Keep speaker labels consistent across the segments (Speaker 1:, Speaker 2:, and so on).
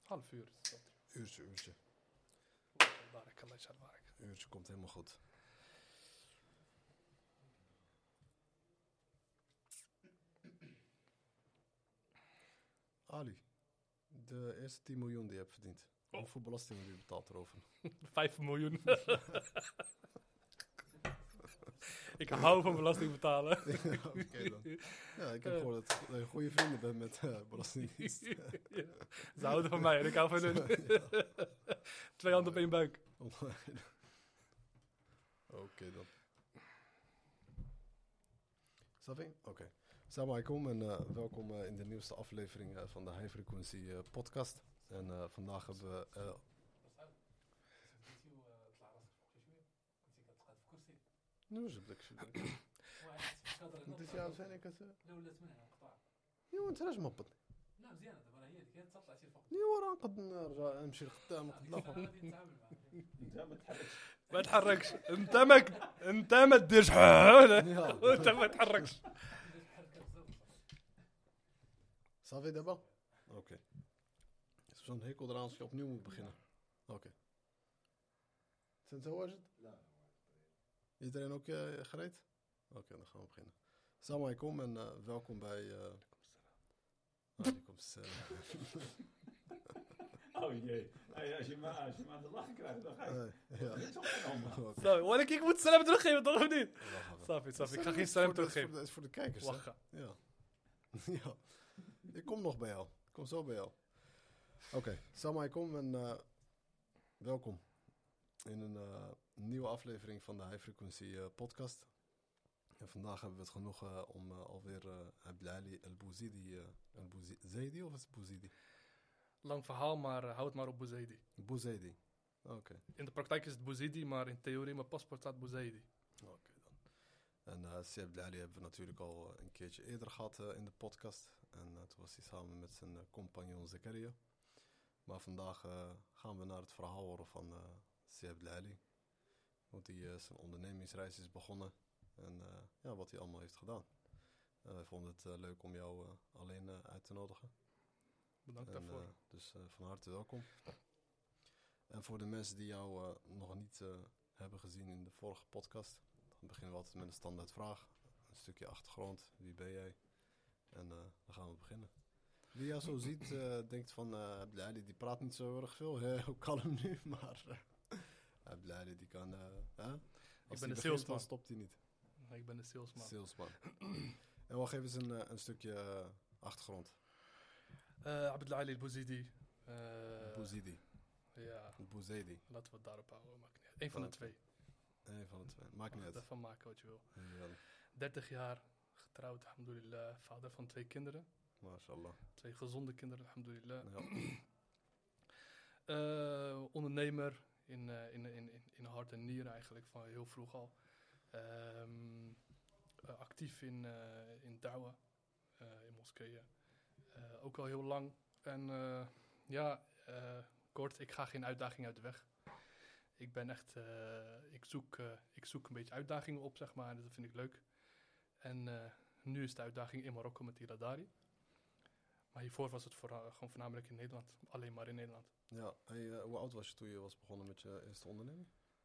Speaker 1: Half uur is dat.
Speaker 2: Uurtje.
Speaker 1: Barak.
Speaker 2: Uurtje komt helemaal goed. Ali, de eerste 10 miljoen die je hebt verdiend.
Speaker 1: Oh.
Speaker 2: Hoeveel belasting heb je betaald erover?
Speaker 1: 5 miljoen. Ik hou van belasting betalen.
Speaker 2: Oké dan. Ja, ik heb gehoord dat je goede vrienden bent met belastingdienst.
Speaker 1: Ja. Ze houden van mij en ik hou van hun. Twee handen op één buik.
Speaker 2: Oké dan. Safi? Oké. Salam alaikum en welkom in de nieuwste aflevering van de High Frequency podcast. En vandaag hebben we... Nu is het lekker. انت ايش عارف ثاني كذا
Speaker 3: لولت منها قطاع.
Speaker 2: ايوه انت ليش مبط
Speaker 3: لا مزيانه ترى هي كانت تطلع تصير فوق.
Speaker 2: ايوه راه نقد نرجع نمشي لقدام نقد
Speaker 3: هذه
Speaker 2: ناخذ
Speaker 3: نتعامل معها.
Speaker 1: ما تحركش. انت ما تديرش حاجه.
Speaker 2: يلا.
Speaker 1: انت ما تحركش.
Speaker 2: صافي دابا اوكي is zo'n hekel eraan als je opnieuw moet beginnen. Oké. Zijn ze واجد? Iedereen ook gereed? Oké, dan gaan we beginnen. Salam alaikum en welkom bij... Alaikum salam.
Speaker 4: Oh jee. Hey, als je me aan de lachen krijgt, dan ga je.
Speaker 2: Ja.
Speaker 4: Dit is opgenomen.
Speaker 2: Oké.
Speaker 1: Zo, wanneer ik moet salam teruggeven, toch of niet?
Speaker 2: Wacht even.
Speaker 1: Safi, ik ga geen salam teruggeven.
Speaker 2: Dat is voor de kijkers, hè?
Speaker 1: Wacht.
Speaker 2: Ja. Ja. Ik kom nog bij jou. Ik kom zo bij jou. Oké. Salam alaikum en welkom in een nieuwe aflevering van de High Frequency podcast. En vandaag hebben we het genoegen om alweer Abdelali El-Bouzidi... El-Bouzidi of is het Bouzidi?
Speaker 1: Lang verhaal, maar houd maar op Bouzidi.
Speaker 2: Bouzidi. Oké.
Speaker 1: In de praktijk is het Bouzidi, maar in theorie mijn paspoort staat Bouzidi.
Speaker 2: Oké dan. En Sir Abdelali hebben we natuurlijk al een keertje eerder gehad in de podcast. En toen was hij samen met zijn compagnon Zakaria. Maar vandaag gaan we naar het verhaal horen van Sir Abdelali. Hoe hij zijn ondernemingsreis is begonnen. En ja, wat hij allemaal heeft gedaan. Wij vonden het leuk om jou alleen uit te nodigen.
Speaker 1: Bedankt
Speaker 2: En,
Speaker 1: daarvoor.
Speaker 2: dus van harte welkom. En voor de mensen die jou nog niet hebben gezien in de vorige podcast, dan beginnen we altijd met een standaard vraag. Een stukje achtergrond. Wie ben jij? En dan gaan we beginnen. Wie jou zo ziet, denkt van Abdelali die praat niet zo erg veel. Hoe kalm nu, maar Abdelali die kan... Als
Speaker 1: ben
Speaker 2: hij
Speaker 1: een
Speaker 2: begint,
Speaker 1: salesman.
Speaker 2: dan stopt hij niet.
Speaker 1: Ik ben de salesman.
Speaker 2: Salesman. En wel geef eens een stukje achtergrond.
Speaker 1: Abdelali El-Bouzidi.
Speaker 2: Bouzidi.
Speaker 1: Ja,
Speaker 2: Bouzidi.
Speaker 1: laten we het daarop houden. Maakt niet uit. Eén van de twee.
Speaker 2: Een van de twee. Maakt niet
Speaker 1: Mag
Speaker 2: uit.
Speaker 1: ervan maken wat je wil.
Speaker 2: Ja,
Speaker 1: 30 jaar getrouwd, alhamdulillah. Vader van 2 kinderen.
Speaker 2: mashallah.
Speaker 1: 2 gezonde kinderen, alhamdulillah.
Speaker 2: Ja.
Speaker 1: Ondernemer in hart en nieren eigenlijk, van heel vroeg al. Actief in da'wah, in moskeeën. Ook al heel lang. En kort, ik ga geen uitdaging uit de weg. Ik ben echt, ik zoek een beetje uitdagingen op, zeg maar. En dat vind ik leuk. En nu is de uitdaging in Marokko met Iradari. Maar hiervoor was het gewoon voornamelijk in Nederland. Alleen maar in Nederland.
Speaker 2: Ja, hey, hoe oud was je toen je was begonnen met je eerste onderneming?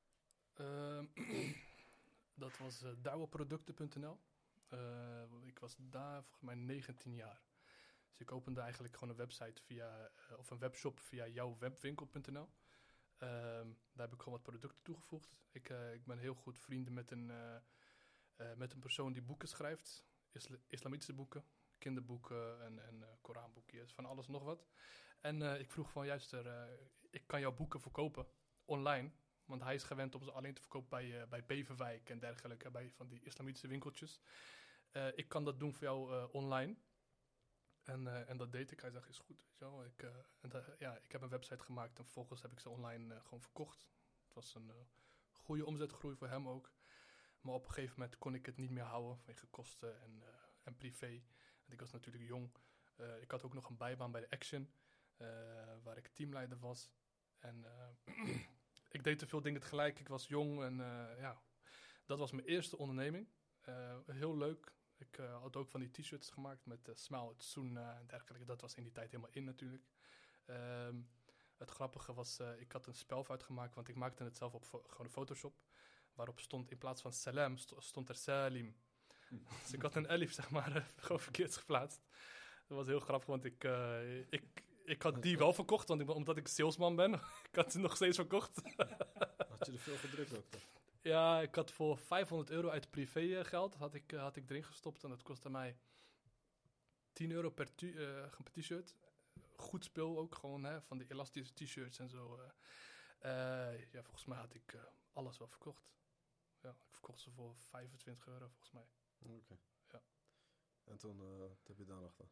Speaker 1: Dat was da'wahproducten.nl. Ik was daar volgens mij 19 jaar. Dus ik opende eigenlijk gewoon een website of een webshop via jouwwebwinkel.nl. Daar heb ik gewoon wat producten toegevoegd. Ik ben heel goed vrienden met een persoon die boeken schrijft. Islamitische boeken, kinderboeken en Koranboekjes, van alles nog wat. En ik vroeg van ik kan jouw boeken verkopen online. Want hij is gewend om ze alleen te verkopen bij Beverwijk en dergelijke, bij van die islamitische winkeltjes. Ik kan dat doen voor jou online. En dat deed ik. Hij zegt, is goed. Weet je wel. Ik heb een website gemaakt en vervolgens heb ik ze online gewoon verkocht. Het was een goede omzetgroei voor hem ook. Maar op een gegeven moment kon ik het niet meer houden vanwege kosten en privé. Want ik was natuurlijk jong. Ik had ook nog een bijbaan bij de Action, waar ik teamleider was. En ik deed te veel dingen tegelijk. Ik was jong en dat was mijn eerste onderneming. Heel leuk. Ik had ook van die t-shirts gemaakt met Smile, Sunnah en dergelijke. Dat was in die tijd helemaal in natuurlijk. Het grappige was, ik had een spel uitgemaakt, want ik maakte het zelf op gewoon Photoshop. Waarop stond in plaats van Salam, stond er Salim. Dus ik had een elif, zeg maar, gewoon verkeerd geplaatst. Dat was heel grappig, want ik had die wel verkocht, omdat ik salesman ben. Ik had ze nog steeds verkocht.
Speaker 2: Had je er veel gedrukt ook dan?
Speaker 1: Ja, ik had voor €500 uit privé geld had ik erin gestopt. En dat kostte mij €10 per t-shirt. Goed spul ook, gewoon hè, van die elastische t-shirts en zo. Ja, volgens mij had ik alles wel verkocht. Ja, ik verkocht ze voor €25 volgens mij.
Speaker 2: Oké.
Speaker 1: Ja.
Speaker 2: En toen, wat heb je daar nog dan?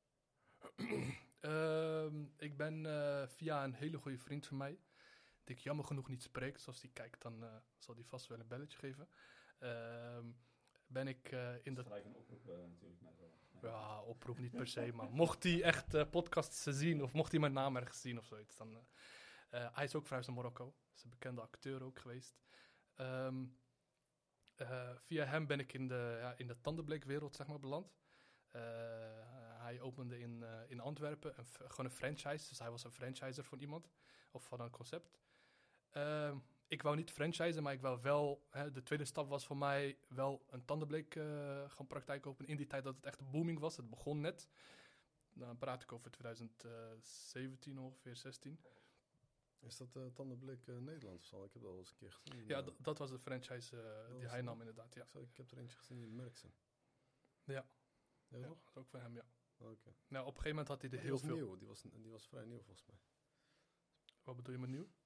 Speaker 1: Ik ben via een hele goede vriend van mij, die ik jammer genoeg niet spreek. Dus als die kijkt, dan zal die vast wel een belletje geven. Ben ik in de...
Speaker 4: Gelijk een oproep natuurlijk. Maar,
Speaker 1: Ja, oproep niet per se, maar mocht hij echt podcasts zien of mocht hij mijn naam ergens zien of zoiets, dan... hij is ook verhuisd naar Marokko. Is een bekende acteur ook geweest. Via hem ben ik in de tandenbleekwereld, zeg maar, beland. Hij opende in Antwerpen gewoon een franchise. Dus hij was een franchiser van iemand of van een concept. Ik wou niet franchisen, maar ik wou wel... de tweede stap was voor mij wel een tandenbleek gewoon praktijk openen. In die tijd dat het echt booming was. Het begon net. Dan praat ik over 2017 ongeveer, 16.
Speaker 2: Is dat Tandenblik Nederland of zo? Ik heb dat al eens een keer gezien.
Speaker 1: Ja, dat was de franchise die
Speaker 2: was
Speaker 1: hij
Speaker 2: het?
Speaker 1: nam inderdaad, ja.
Speaker 2: Ik heb er eentje gezien in Merksen.
Speaker 1: Ja.
Speaker 2: Ja,
Speaker 1: Ja,
Speaker 2: toch?
Speaker 1: dat is ook van hem, ja.
Speaker 2: Oké.
Speaker 1: Nou, op een gegeven moment had hij er
Speaker 2: Die
Speaker 1: heel
Speaker 2: was
Speaker 1: veel...
Speaker 2: nieuw. Die was vrij nieuw volgens mij.
Speaker 1: Wat bedoel je met nieuw?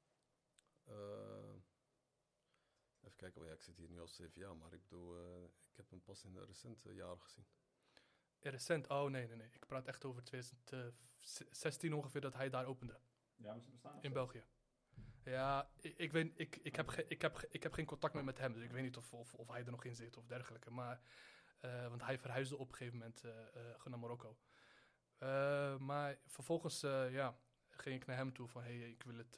Speaker 2: Even kijken, ja, ik zit hier nu al 7 jaar, maar ik bedoel, ik heb hem pas in de recente jaren gezien.
Speaker 1: Recent? Oh, nee. Ik praat echt over 2016 ongeveer dat hij daar opende.
Speaker 4: ja, maar ze bestaan nog
Speaker 1: In
Speaker 4: steeds.
Speaker 1: België. Ja, ik heb geen contact meer met hem, dus ik weet niet of hij er nog in zit of dergelijke. Maar, want hij verhuisde op een gegeven moment naar Marokko. Maar vervolgens ging ik naar hem toe van, hey,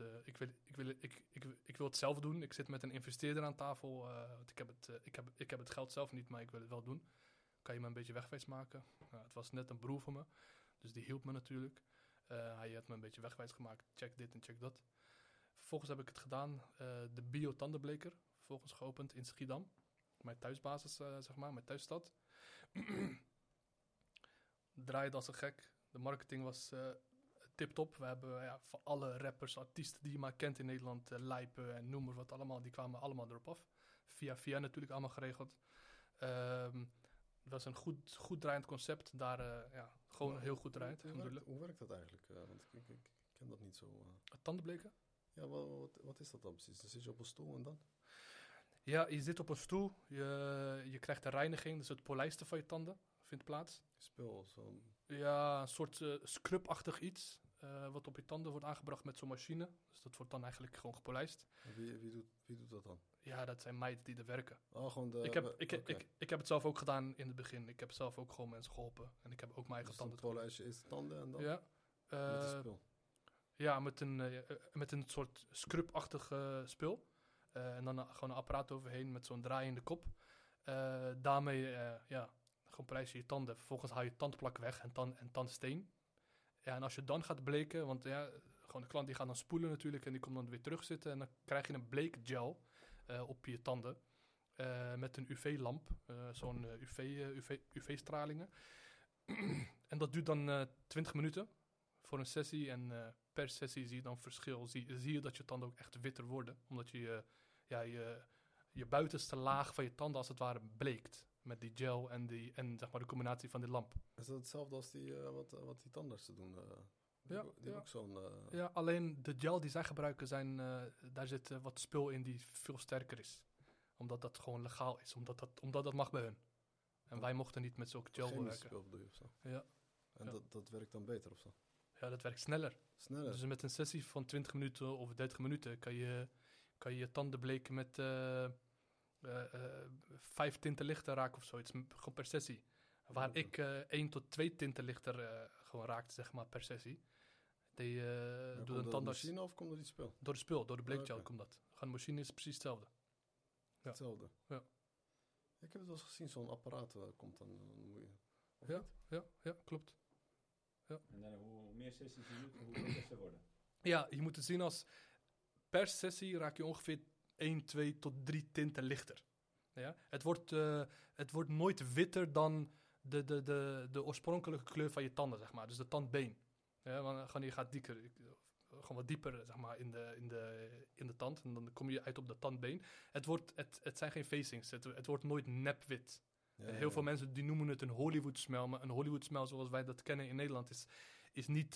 Speaker 1: ik wil het zelf doen. Ik zit met een investeerder aan tafel, want ik heb het geld zelf niet, maar ik wil het wel doen. Kan je me een beetje wegwijs maken? Nou, het was net een broer van me, dus die hielp me natuurlijk. Hij had me een beetje wegwijs gemaakt, check dit en check dat. Vervolgens heb ik het gedaan, de bio-tandenbleker, vervolgens geopend in Schiedam. Mijn thuisbasis, zeg maar, mijn thuisstad. Draaide als een gek. De marketing was tip-top. We hebben voor alle rappers, artiesten die je maar kent in Nederland, Lijpen en noem maar wat allemaal, die kwamen allemaal erop af. Via natuurlijk allemaal geregeld. Het was een goed draaiend concept. Daar gewoon heel goed draaiend.
Speaker 2: Hoe werkt dat eigenlijk? Want ik ken dat niet zo.
Speaker 1: Tandenbleken?
Speaker 2: Ja, wat is dat dan precies? Dan zit je op een stoel en dan?
Speaker 1: Ja, je zit op een stoel. Je krijgt de reiniging, dus het polijsten van je tanden vindt plaats.
Speaker 2: Spul, zo.
Speaker 1: Ja, een soort scrubachtig iets. Wat op je tanden wordt aangebracht met zo'n machine. Dus dat wordt dan eigenlijk gewoon gepolijst.
Speaker 2: Wie doet dat dan?
Speaker 1: Ja, dat zijn meiden die er werken.
Speaker 2: Oh, gewoon de...
Speaker 1: Ik heb het zelf ook gedaan in het begin. Ik heb zelf ook gewoon mensen geholpen. En ik heb ook mijn eigen
Speaker 2: Dus
Speaker 1: tanden
Speaker 2: dan polijst je eerst de tanden en dan
Speaker 1: Ja.
Speaker 2: met het spul.
Speaker 1: Ja, met een soort scrubachtig spul. En dan gewoon een apparaat overheen met zo'n draaiende kop. Daarmee gewoon polijst je je tanden. Vervolgens haal je tandplak weg en tandsteen. Ja, en als je dan gaat bleken, want ja, gewoon de klant die gaat dan spoelen natuurlijk en die komt dan weer terugzitten. En dan krijg je een bleekgel op je tanden met een UV-lamp, zo'n UV-stralingen. En dat duurt dan 20 minuten voor een sessie. En per sessie zie je dan verschil. Zie je dat je tanden ook echt witter worden. Omdat je buitenste laag van je tanden als het ware bleekt. Met die gel en zeg maar de combinatie van die lamp.
Speaker 2: Is dat hetzelfde als wat die tandartsen doen? Die hebben ook zo'n...
Speaker 1: Ja, alleen de gel die zij gebruiken, daar zit wat spul in die veel sterker is. Omdat dat gewoon legaal is. Omdat dat mag bij hun. En wij mochten niet met zulke gel
Speaker 2: chemische
Speaker 1: werken.
Speaker 2: spul bedoel je of zo?
Speaker 1: Ja.
Speaker 2: En
Speaker 1: Ja.
Speaker 2: dat werkt dan beter of zo?
Speaker 1: Ja, dat werkt sneller.
Speaker 2: Sneller?
Speaker 1: Dus met een sessie van 20 minuten of 30 minuten kan je tanden bleken met 5 tinten lichter raken of zoiets. Gewoon per sessie. Waar ik 1 tot 2 tinten lichter gewoon raakte, zeg maar, per sessie. Die
Speaker 2: Maar
Speaker 1: doet
Speaker 2: komt
Speaker 1: een
Speaker 2: dat
Speaker 1: tandarts...
Speaker 2: machine of komt dat iets spul?
Speaker 1: Door de spul, door de bleekgel
Speaker 2: Oké.
Speaker 1: komt dat. Gewoon de machine is precies hetzelfde. Ja.
Speaker 2: Hetzelfde?
Speaker 1: Ja.
Speaker 2: Ik heb het wel eens gezien, zo'n apparaat komt dan moet je... Of niet?
Speaker 1: Ja, klopt.
Speaker 4: En dan hoe meer sessies je doet, hoe beter ze worden.
Speaker 1: Ja, je moet het zien als... Per sessie raak je ongeveer 1, 2 tot 3 tinten lichter. Ja? Het wordt nooit witter dan de oorspronkelijke kleur van je tanden, zeg maar. Dus de tandbeen. Ja, want gewoon, je gaat gewoon wat dieper zeg maar, in de tand. En dan kom je uit op de tandbeen. Het zijn geen facings. Het wordt nooit nepwit.
Speaker 2: Ja,
Speaker 1: Heel veel mensen die noemen het een Hollywood smell. Maar een Hollywood smell zoals wij dat kennen in Nederland is niet...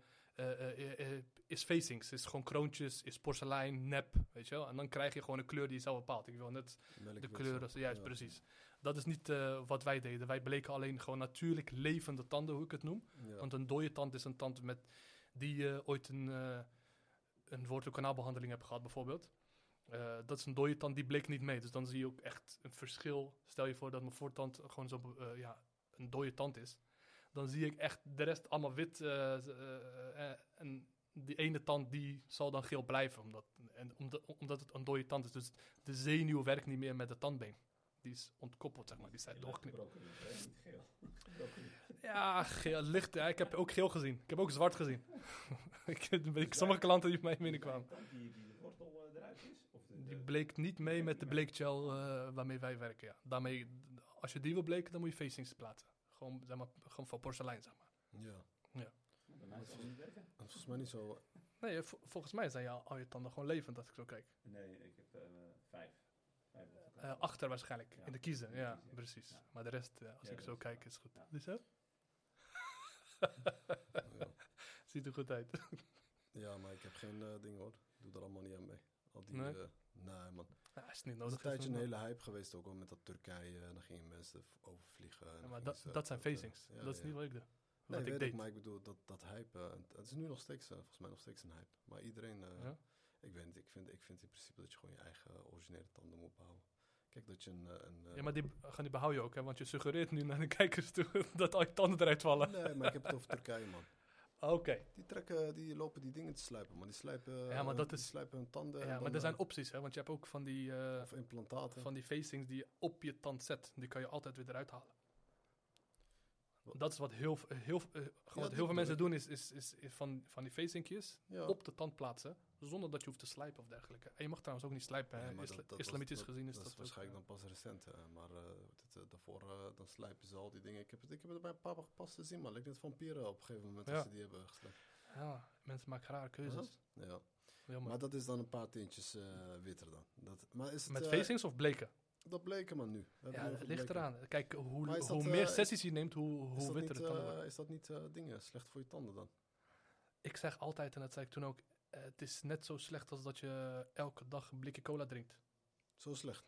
Speaker 1: is facings, is gewoon kroontjes, is porselein, nep, weet je wel. En dan krijg je gewoon een kleur die je zelf bepaalt. Ik wil net de kleur, juist, precies. Dat is niet wat wij deden. Wij bleken alleen gewoon natuurlijk levende tanden, hoe ik het noem.
Speaker 2: Ja.
Speaker 1: Want een dode tand is een tand die ooit een wortelkanaalbehandeling heeft gehad, bijvoorbeeld. Dat is een dode tand, die bleek niet mee. Dus dan zie je ook echt een verschil. Stel je voor dat mijn voortand gewoon zo een dode tand is. Dan zie ik echt de rest allemaal wit. En die ene tand die zal dan geel blijven. Omdat het een dode tand is. Dus de zenuw werkt niet meer met de tandbeen. Die is ontkoppeld, zeg maar. Die zijn doorgeknipt.
Speaker 4: Gebroken niet, hè? Niet geel. Gebroken niet.
Speaker 1: Ja, geel, licht. Ja, ik heb ook geel gezien. Ik heb ook zwart gezien. Sommige klanten die bij mij binnenkwamen.
Speaker 4: Die de wortel eruit is? Of
Speaker 1: Die bleek niet mee met de bleekgel waarmee wij werken. Ja. Daarmee, als je die wil bleken, dan moet je facings plaatsen. Gewoon, zeg maar, gewoon van porselein, zeg maar.
Speaker 2: Ja.
Speaker 4: Bij mij zal het niet werken.
Speaker 2: Dat is volgens mij niet zo...
Speaker 1: Nee, volgens mij zijn al je tanden gewoon levend, als ik zo kijk.
Speaker 4: Nee, ik heb 5.
Speaker 1: Achter waarschijnlijk,
Speaker 4: Ja.
Speaker 1: in de kiezen.
Speaker 4: In de
Speaker 1: Ja,
Speaker 4: kiezen.
Speaker 1: precies.
Speaker 4: Ja.
Speaker 1: Maar de rest, als
Speaker 4: Ja,
Speaker 1: ik
Speaker 4: de
Speaker 1: zo
Speaker 4: rest,
Speaker 1: kijk,
Speaker 4: ja.
Speaker 1: is goed.
Speaker 4: Ja.
Speaker 1: Dus zo?
Speaker 2: Ja.
Speaker 1: Ziet er goed uit.
Speaker 2: Ja, maar ik heb geen ding hoor. Ik doe er allemaal niet aan mee. Al die...
Speaker 1: Nee?
Speaker 2: nee man.
Speaker 1: Ja, is niet
Speaker 2: Er was
Speaker 1: nodig.
Speaker 2: een tijdje een
Speaker 1: is
Speaker 2: hele hype geweest ook al met dat Turkije. En dan gingen mensen overvliegen. En
Speaker 1: Ja,
Speaker 2: dan
Speaker 1: maar
Speaker 2: gingen ze
Speaker 1: dat zijn
Speaker 2: tot,
Speaker 1: facings.
Speaker 2: ja,
Speaker 1: Dat is
Speaker 2: ja.
Speaker 1: niet wat ik doe.
Speaker 2: Nee,
Speaker 1: Wat ik
Speaker 2: weet
Speaker 1: deed.
Speaker 2: ik, maar ik bedoel dat hype. Het is nu nog steeds, volgens mij nog steeds een hype. Maar iedereen,
Speaker 1: Ja?
Speaker 2: ik weet niet, ik vind in principe dat je gewoon je eigen originele tanden moet behouden. Kijk, dat je
Speaker 1: Ja, maar die behoud je ook, hè? Want je suggereert nu naar de kijkers toe dat al je tanden eruit vallen.
Speaker 2: Nee, maar ik heb het over Turkije, man.
Speaker 1: Oké.
Speaker 2: Die lopen die dingen te slijpen, man. Die slijpen,
Speaker 1: Ja, maar dat
Speaker 2: die
Speaker 1: is-
Speaker 2: slijpen hun tanden. en
Speaker 1: Ja, maar
Speaker 2: dan,
Speaker 1: er zijn opties, hè? Want je hebt ook
Speaker 2: of implantaten.
Speaker 1: van die facings die je op je tand zet. Die kan je altijd weer eruit halen.
Speaker 2: Wat?
Speaker 1: Dat is wat heel
Speaker 2: bedoel
Speaker 1: veel mensen
Speaker 2: ik.
Speaker 1: doen, is van die facingjes
Speaker 2: Ja.
Speaker 1: op de tand plaatsen. Zonder dat je hoeft te slijpen of dergelijke. En je mag trouwens ook niet slijpen. Hè?
Speaker 2: Ja, maar dat was-
Speaker 1: Islamitisch gezien is dat
Speaker 2: is
Speaker 1: ook,
Speaker 2: waarschijnlijk dan pas recent. Maar daarvoor dan slijpen ze al die dingen. Ik heb het er bij een paar pas te zien, man. Lijkt net vampieren op een gegeven moment
Speaker 1: Ja.
Speaker 2: als ze die hebben geslepen.
Speaker 1: Ja, mensen maken rare keuzes.
Speaker 2: Ja.
Speaker 1: Jammer.
Speaker 2: Maar dat is dan een paar tintjes witter dan. Maar is het,
Speaker 1: Met facings of bleken?
Speaker 2: Dat bleken man nu. We hebben
Speaker 1: Ja,
Speaker 2: nu
Speaker 1: het
Speaker 2: over
Speaker 1: ligt
Speaker 2: bleken.
Speaker 1: eraan. Kijk,
Speaker 2: Maar
Speaker 1: hoe
Speaker 2: is dat,
Speaker 1: meer
Speaker 2: is-
Speaker 1: sessies je neemt,
Speaker 2: Is
Speaker 1: hoe
Speaker 2: dat
Speaker 1: witter
Speaker 2: niet,
Speaker 1: het tanden worden.
Speaker 2: is dat niet dingen slecht voor je tanden dan?
Speaker 1: Ik zeg altijd, en dat zei ik toen ook, het is net zo slecht als dat je elke dag een blikje cola drinkt.
Speaker 2: Zo slecht.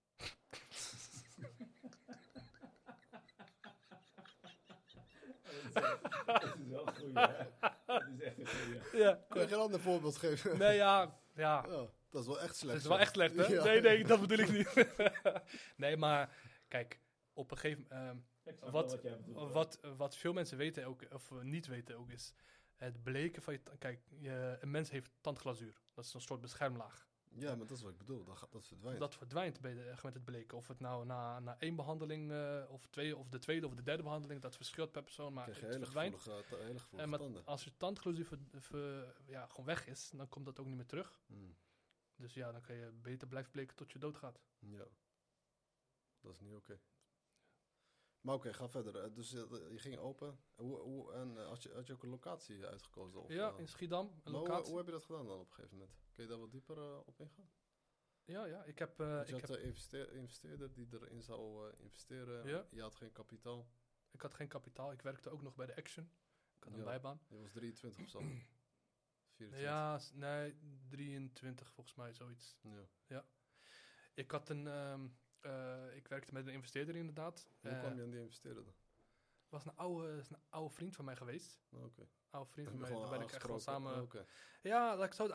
Speaker 4: Dat is wel een goeie, hè? Dat is echt een goeie.
Speaker 1: Ja.
Speaker 2: Kun je geen ander voorbeeld geven?
Speaker 1: Nee, ja.
Speaker 2: Ja, dat is wel echt slecht.
Speaker 1: Het is wel echt slecht, hè?
Speaker 2: Ja.
Speaker 1: Nee, dat bedoel ik niet. Nee, maar kijk, op een gegeven moment...
Speaker 4: Ik snap
Speaker 1: Wat-
Speaker 4: wel wat jij bedoelt.
Speaker 1: wat veel mensen weten ook, of niet weten ook, is het bleken van je tand. Kijk, een mens heeft tandglazuur. Dat is een soort beschermlaag.
Speaker 2: Ja, maar dat is wat ik bedoel. Dat verdwijnt.
Speaker 1: Dat verdwijnt met het bleken. Of het nou na 1 behandeling, of 2, of de tweede of de derde behandeling, dat verschilt per persoon, maar
Speaker 2: krijg je
Speaker 1: het
Speaker 2: hele
Speaker 1: verdwijnt.
Speaker 2: gevoelige, hele gevoelige
Speaker 1: En
Speaker 2: tanden.
Speaker 1: als je tandglazuur gewoon weg is, dan komt dat ook niet meer terug.
Speaker 2: Hmm.
Speaker 1: Dus ja, dan kan je beter blijven bleken tot je doodgaat.
Speaker 2: Ja. Dat is niet oké. Maar oké, ga verder. Dus je ging open. En had je ook een locatie uitgekozen? Of,
Speaker 1: Ja, in Schiedam, een
Speaker 2: maar
Speaker 1: locatie.
Speaker 2: hoe heb je dat gedaan dan op een gegeven moment? Kun je daar wat dieper op ingaan?
Speaker 1: Ja, ik heb...
Speaker 2: Want je
Speaker 1: ik
Speaker 2: had
Speaker 1: heb
Speaker 2: een investeerder die erin zou investeren.
Speaker 1: Ja.
Speaker 2: Je had geen kapitaal.
Speaker 1: Ik had geen kapitaal. Ik werkte ook nog bij de Action. Ik had een
Speaker 2: Ja.
Speaker 1: bijbaan.
Speaker 2: Je was 23 of zo. 24.
Speaker 1: Ja, nee, 23 volgens mij, zoiets.
Speaker 2: Ja.
Speaker 1: Ik had ik werkte met een investeerder inderdaad.
Speaker 2: Hoe kwam je aan die investeerder dan?
Speaker 1: Was een oude vriend van mij geweest.
Speaker 2: Oh, oké.
Speaker 1: Oude vriend van mij,
Speaker 2: Gewoon
Speaker 1: daar ben ik echt gewoon
Speaker 2: aangesproken.
Speaker 1: samen...
Speaker 2: Oh, oké.
Speaker 1: Ja, laat ik zo,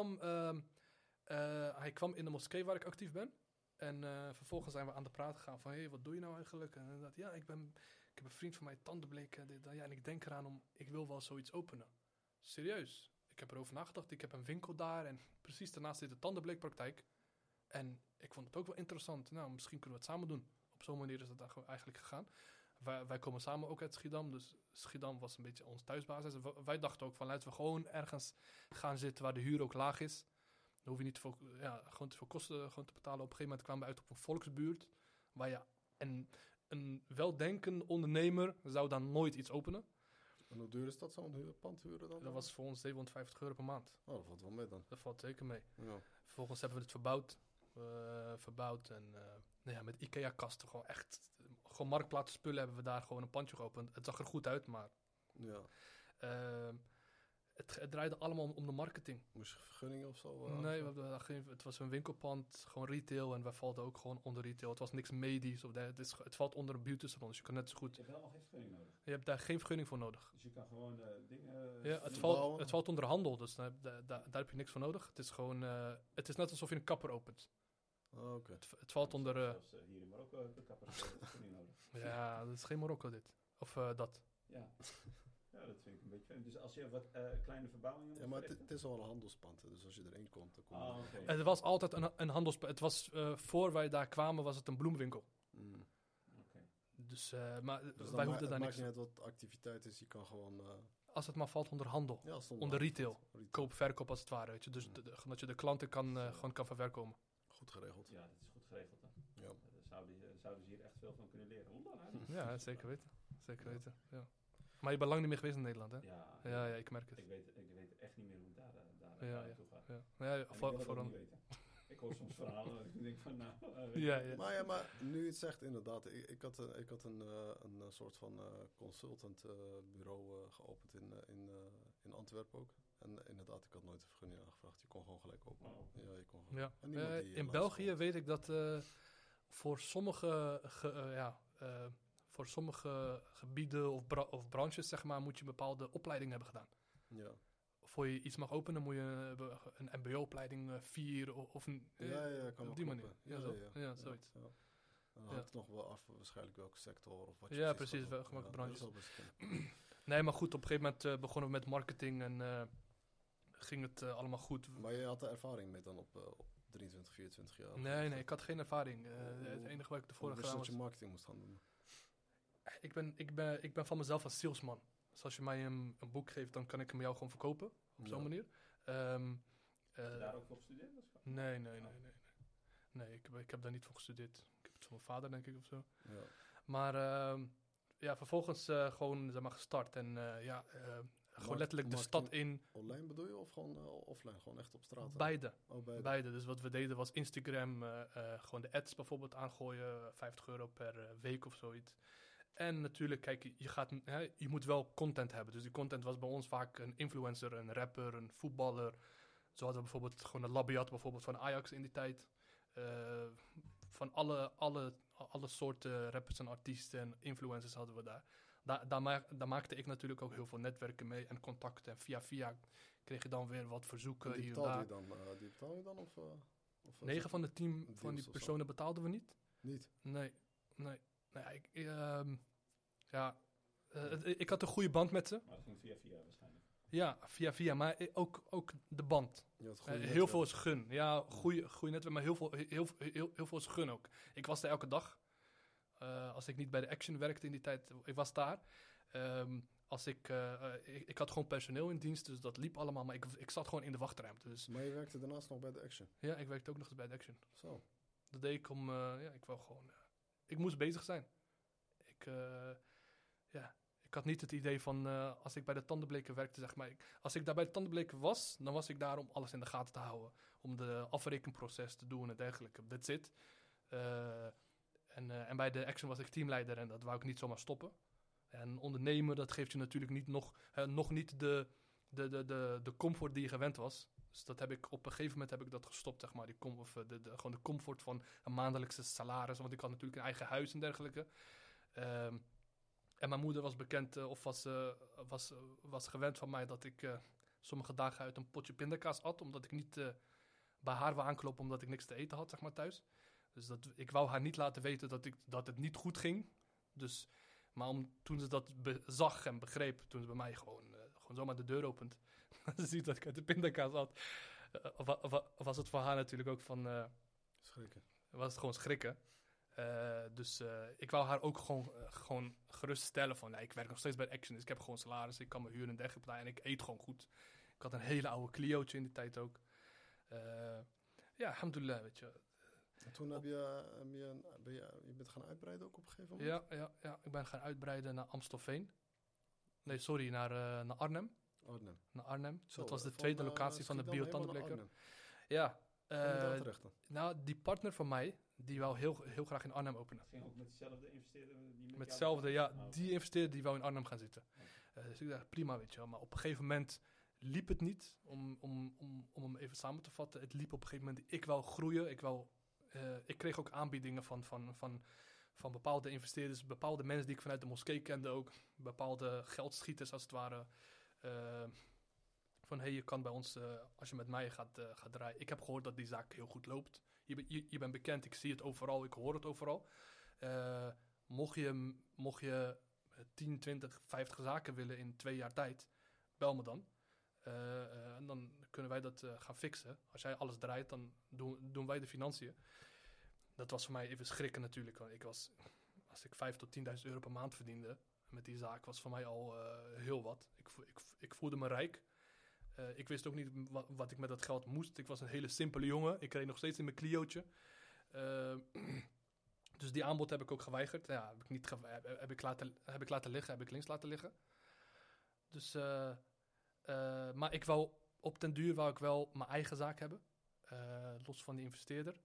Speaker 1: hij kwam in de moskee waar ik actief ben. En vervolgens zijn we aan de praat gegaan van, hé, wat doe je nou eigenlijk? En dat, ja, ik heb een vriend van mij tanden bleken. Ja, en ik denk eraan ik wil wel zoiets openen. Serieus. Ik heb erover nagedacht. Ik heb een winkel daar en precies daarnaast zit de tandenbleekpraktijk. En ik vond het ook wel interessant. Nou, misschien kunnen we het samen doen. Op zo'n manier is dat eigenlijk gegaan. wij komen samen ook uit Schiedam. Dus Schiedam was een beetje ons thuisbasis. Wij dachten ook van laten we gewoon ergens gaan zitten waar de huur ook laag is. Dan hoef je niet gewoon te veel kosten gewoon te betalen. Op een gegeven moment kwamen we uit op een volksbuurt. Waar je een weldenkende ondernemer zou dan nooit iets openen.
Speaker 2: En hoe duur is dat zo'n pand huren dan?
Speaker 1: Dat was voor ons €750 per maand.
Speaker 2: Oh, dat valt wel mee dan.
Speaker 1: Dat valt zeker mee.
Speaker 2: Ja.
Speaker 1: Vervolgens hebben we het verbouwd en met IKEA-kasten gewoon echt, gewoon marktplaats spullen hebben we daar gewoon een pandje geopend. Het zag er goed uit, maar
Speaker 2: Ja.
Speaker 1: het draaide allemaal om de marketing.
Speaker 2: Moest je vergunningen of zo?
Speaker 1: Nee, we hadden het was een winkelpand, gewoon retail en wij valden ook gewoon onder retail. Het was niks medisch, het valt onder een beauty salon, dus je kan net zo goed.
Speaker 4: Je hebt helemaal geen vergunning nodig.
Speaker 1: Je hebt daar geen vergunning voor nodig.
Speaker 4: Dus je kan gewoon dingen...
Speaker 1: Ja, het valt onder handel, dus daar heb je niks voor nodig. Het is gewoon, het is net alsof je een kapper opent.
Speaker 2: Oh, oké.
Speaker 1: Het valt onder...
Speaker 4: Zelfs hier in Marokko hebben de kappers vergunning nodig.
Speaker 1: ja, dat is geen Marokko dit. Of dat.
Speaker 4: Ja. Ja, dat vind ik een beetje vreemd. Dus als je wat kleine verbouwingen...
Speaker 2: Ja, maar het is al een handelspand, hè, dus als je erin komt, dan kom je...
Speaker 4: Ah, oké.
Speaker 1: Het was altijd een handelsplek. Het was, voor wij daar kwamen, was het een bloemwinkel.
Speaker 2: Mm.
Speaker 4: Oké.
Speaker 1: Dus, maar
Speaker 2: Dus
Speaker 1: wij hoefden daar
Speaker 2: het
Speaker 1: niks.
Speaker 2: maakt niet uit wat activiteit is, je kan gewoon...
Speaker 1: Als het maar valt onder handel.
Speaker 2: ja, als het
Speaker 1: Onder retail.
Speaker 2: retail.
Speaker 1: Koop, verkoop als het ware. Weet je. Dus dat je de klanten gewoon kan verwelkomen.
Speaker 2: Goed geregeld.
Speaker 4: Ja, dat is goed geregeld dan.
Speaker 2: Ja.
Speaker 4: Zouden ze hier echt veel van kunnen leren. Oelala.
Speaker 1: Ja, zeker weten. Zeker weten. Ja. Maar je bent lang niet meer geweest in Nederland, hè?
Speaker 4: Ja,
Speaker 1: Ja, ik merk het.
Speaker 4: Ik weet echt niet meer hoe het daar
Speaker 1: Ja,
Speaker 4: naartoe gaat.
Speaker 1: Ja, ja,
Speaker 4: En ik wil het
Speaker 1: voor
Speaker 4: ook
Speaker 1: een...
Speaker 4: niet weten. Ik hoor soms verhalen en ik denk van nou...
Speaker 1: Ja.
Speaker 2: Maar nu je het zegt, inderdaad. Ik had een soort van consultant bureau geopend in Antwerpen ook. En inderdaad, ik had nooit een vergunning aangevraagd. Je kon gewoon gelijk openen.
Speaker 4: Wow.
Speaker 2: Ja, je kon gewoon.
Speaker 1: Ja.
Speaker 2: En niemand die
Speaker 1: In België weet ik dat voor sommige gebieden of branches, zeg maar, moet je een bepaalde opleiding hebben gedaan.
Speaker 2: Ja.
Speaker 1: Voor je iets mag openen, moet je een mbo-opleiding 4 of een...
Speaker 2: Ja, kan
Speaker 1: op
Speaker 2: ook
Speaker 1: die manier.
Speaker 2: kloppen.
Speaker 1: Ja, zoiets.
Speaker 2: Ja. Dan hangt het nog wel af, waarschijnlijk welke sector of wat je
Speaker 1: Ja,
Speaker 2: precies
Speaker 1: precies,
Speaker 2: gaat doen.
Speaker 1: welke branches.
Speaker 2: dat is wel best kunnen.
Speaker 1: Nee, maar goed, op een gegeven moment begonnen we met marketing en ging het allemaal goed.
Speaker 2: Maar je had er ervaring mee dan op 23, 24 jaar?
Speaker 1: Nee, ik had geen ervaring. Het enige wat ik ervoor
Speaker 2: Hoe
Speaker 1: had
Speaker 2: wist je
Speaker 1: gedaan
Speaker 2: dat
Speaker 1: was...
Speaker 2: je marketing moest gaan doen?
Speaker 1: Ik ben van mezelf een salesman. Dus als je mij een boek geeft, dan kan ik hem jou gewoon verkopen. Op zo'n manier.
Speaker 4: Heb je daar ook voor gestudeerd?
Speaker 1: Nee. Nee, ik heb daar niet voor gestudeerd. Ik heb het van mijn vader, denk ik, of zo.
Speaker 2: Ja.
Speaker 1: Maar vervolgens gewoon zeg maar, gestart. En gewoon letterlijk de stad in.
Speaker 2: Online bedoel je of gewoon offline? Gewoon echt op straat?
Speaker 1: Beide.
Speaker 2: Oh, beide.
Speaker 1: Beide. Dus wat we deden was Instagram, gewoon de ads bijvoorbeeld aangooien. €50 per week of zoiets. En natuurlijk, kijk, je moet wel content hebben. Dus die content was bij ons vaak een influencer, een rapper, een voetballer. Zo hadden we bijvoorbeeld gewoon een Labiat bijvoorbeeld van Ajax in die tijd. Van alle soorten rappers en artiesten en influencers hadden we daar. Daar maakte ik natuurlijk ook heel veel netwerken mee en contacten. En via kreeg je dan weer wat verzoeken
Speaker 2: Die
Speaker 1: hier en
Speaker 2: betaal je
Speaker 1: daar.
Speaker 2: dan? Die betaal je dan? Of
Speaker 1: 9 van de 10
Speaker 2: deals
Speaker 1: van die
Speaker 2: of zo?
Speaker 1: personen betaalden we niet.
Speaker 2: Niet?
Speaker 1: Nee. Ik had een goede band met ze.
Speaker 4: Maar dat ging via waarschijnlijk.
Speaker 1: Ja, via, maar ook de band.
Speaker 2: Je had goede
Speaker 1: Heel
Speaker 2: netwerk.
Speaker 1: veel is gun. Ja, goede netwerk, maar heel veel is gun ook. Ik was daar elke dag. Als ik niet bij de Action werkte in die tijd, ik was daar. Ik had gewoon personeel in dienst, dus dat liep allemaal. Maar ik zat gewoon in de wachtruimte. Dus
Speaker 2: Maar je werkte daarnaast nog bij de Action?
Speaker 1: ja, ik werkte ook nog eens bij de Action.
Speaker 2: Zo.
Speaker 1: Dat deed ik om, ik wou gewoon, ik moest bezig zijn. Ik had niet het idee van, als ik bij de tandenbleker werkte, zeg maar. Als ik daar bij de tandenbleker was, dan was ik daar om alles in de gaten te houden. Om de afrekenproces te doen en dergelijke. That's it. En bij de Action was ik teamleider en dat wou ik niet zomaar stoppen. En ondernemen, dat geeft je natuurlijk nog niet de comfort die je gewend was. Dus dat heb ik op een gegeven moment dat gestopt, zeg maar. Gewoon de comfort van een maandelijkse salaris. Want ik had natuurlijk een eigen huis en dergelijke. En mijn moeder was bekend of was gewend van mij dat ik sommige dagen uit een potje pindakaas at. Omdat ik niet bij haar wou aankloppen omdat ik niks te eten had, zeg maar, thuis. Dus ik wou haar niet laten weten dat het niet goed ging. Dus, maar toen ze dat zag en begreep, toen ze bij mij gewoon zomaar de deur opent. Ze ziet dat ik uit de pindakaas at. Was het voor haar natuurlijk ook van...
Speaker 2: Schrikken.
Speaker 1: was het gewoon schrikken. Dus ik wou haar ook gewoon geruststellen van... ik werk nog steeds bij Action, dus ik heb gewoon salaris. Ik kan mijn huur en dergelijke betalen en ik eet gewoon goed. Ik had een hele oude Clio'tje in die tijd ook. Ja, alhamdulillah, weet je.
Speaker 2: En toen je bent gaan uitbreiden ook op een gegeven moment?
Speaker 1: Ja, ik ben gaan uitbreiden naar Amstelveen. Nee, sorry, naar Arnhem.
Speaker 2: Arnhem.
Speaker 1: Naar Arnhem.
Speaker 2: Zo,
Speaker 1: dat was de
Speaker 2: van,
Speaker 1: tweede locatie van de
Speaker 2: Schiedam helemaal naar
Speaker 1: biotandenbleker.
Speaker 2: Arnhem.
Speaker 1: Ja.
Speaker 2: Hoe moet je daar terecht dan?
Speaker 1: Nou, die partner van mij, die wou heel graag in Arnhem openen.
Speaker 4: Ging ook met dezelfde investeerder die met
Speaker 1: Met
Speaker 4: jou
Speaker 1: hetzelfde,
Speaker 4: begon?
Speaker 1: ja.
Speaker 4: Ah, oké.
Speaker 1: Die investeerder die wou in Arnhem gaan zitten. Dus ik dacht, prima, weet je wel. Maar op een gegeven moment liep het niet, om hem even samen te vatten. Het liep op een gegeven moment, ik wou groeien. Ik kreeg ook aanbiedingen van bepaalde investeerders, bepaalde mensen die ik vanuit de moskee kende ook. Bepaalde geldschieters als het ware. Van, je kan bij ons, als je met mij gaat draaien. Ik heb gehoord dat die zaak heel goed loopt. Je bent bekend, ik zie het overal, ik hoor het overal. Mocht je 10, 20, 50 zaken willen in 2 jaar tijd, bel me dan. En dan kunnen wij dat gaan fixen. Als jij alles draait, dan doen wij de financiën. Dat was voor mij even schrikken natuurlijk. Want als ik 5.000 tot 10.000 euro per maand verdiende met die zaak, was voor mij al heel wat. Ik voelde me rijk. Ik wist ook niet wat ik met dat geld moest. Ik was een hele simpele jongen. Ik reed nog steeds in mijn Clio'tje. Dus die aanbod heb ik ook geweigerd. Ja, heb ik laten liggen. Heb ik links laten liggen. Dus, maar op den duur wou ik wel mijn eigen zaak hebben. Los van die investeerder.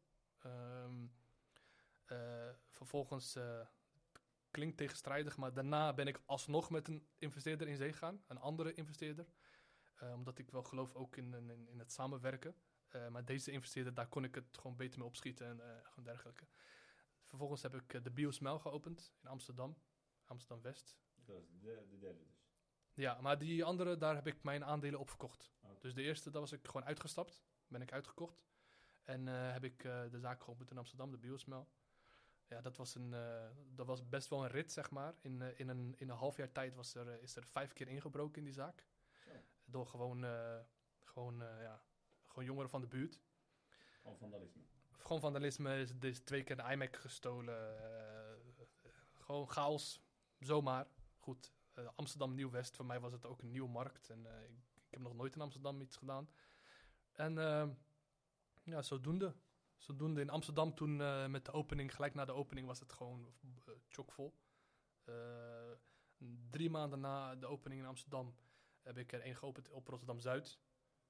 Speaker 1: Vervolgens klinkt tegenstrijdig, maar daarna ben ik alsnog met een investeerder in zee gegaan. Een andere investeerder. Omdat ik wel geloof ook in het samenwerken. Maar deze investeerder, daar kon ik het gewoon beter mee opschieten en gewoon dergelijke. Vervolgens heb ik de Biosmel geopend in Amsterdam. Amsterdam-West.
Speaker 4: Dat was de derde dus.
Speaker 1: Ja, maar die andere, daar heb ik mijn aandelen op verkocht.
Speaker 4: Okay.
Speaker 1: Dus de eerste, daar was ik gewoon uitgestapt. Ben ik uitgekocht. En heb ik de zaak geopend in Amsterdam, de Biosmel. Ja, dat was best wel een rit, zeg maar. In een half jaar tijd is er 5 keer ingebroken in die zaak.
Speaker 4: Zo.
Speaker 1: Door gewoon jongeren van de buurt.
Speaker 4: Gewoon vandalisme.
Speaker 1: Gewoon vandalisme, er is 2 keer een iMac gestolen. Gewoon chaos, zomaar. Goed, Amsterdam Nieuw-West, voor mij was het ook een nieuwe markt. En ik heb nog nooit in Amsterdam iets gedaan. En zodoende. Zodoende in Amsterdam toen met de opening, gelijk na de opening was het gewoon chockvol. 3 maanden na de opening in Amsterdam heb ik er 1 geopend op Rotterdam-Zuid.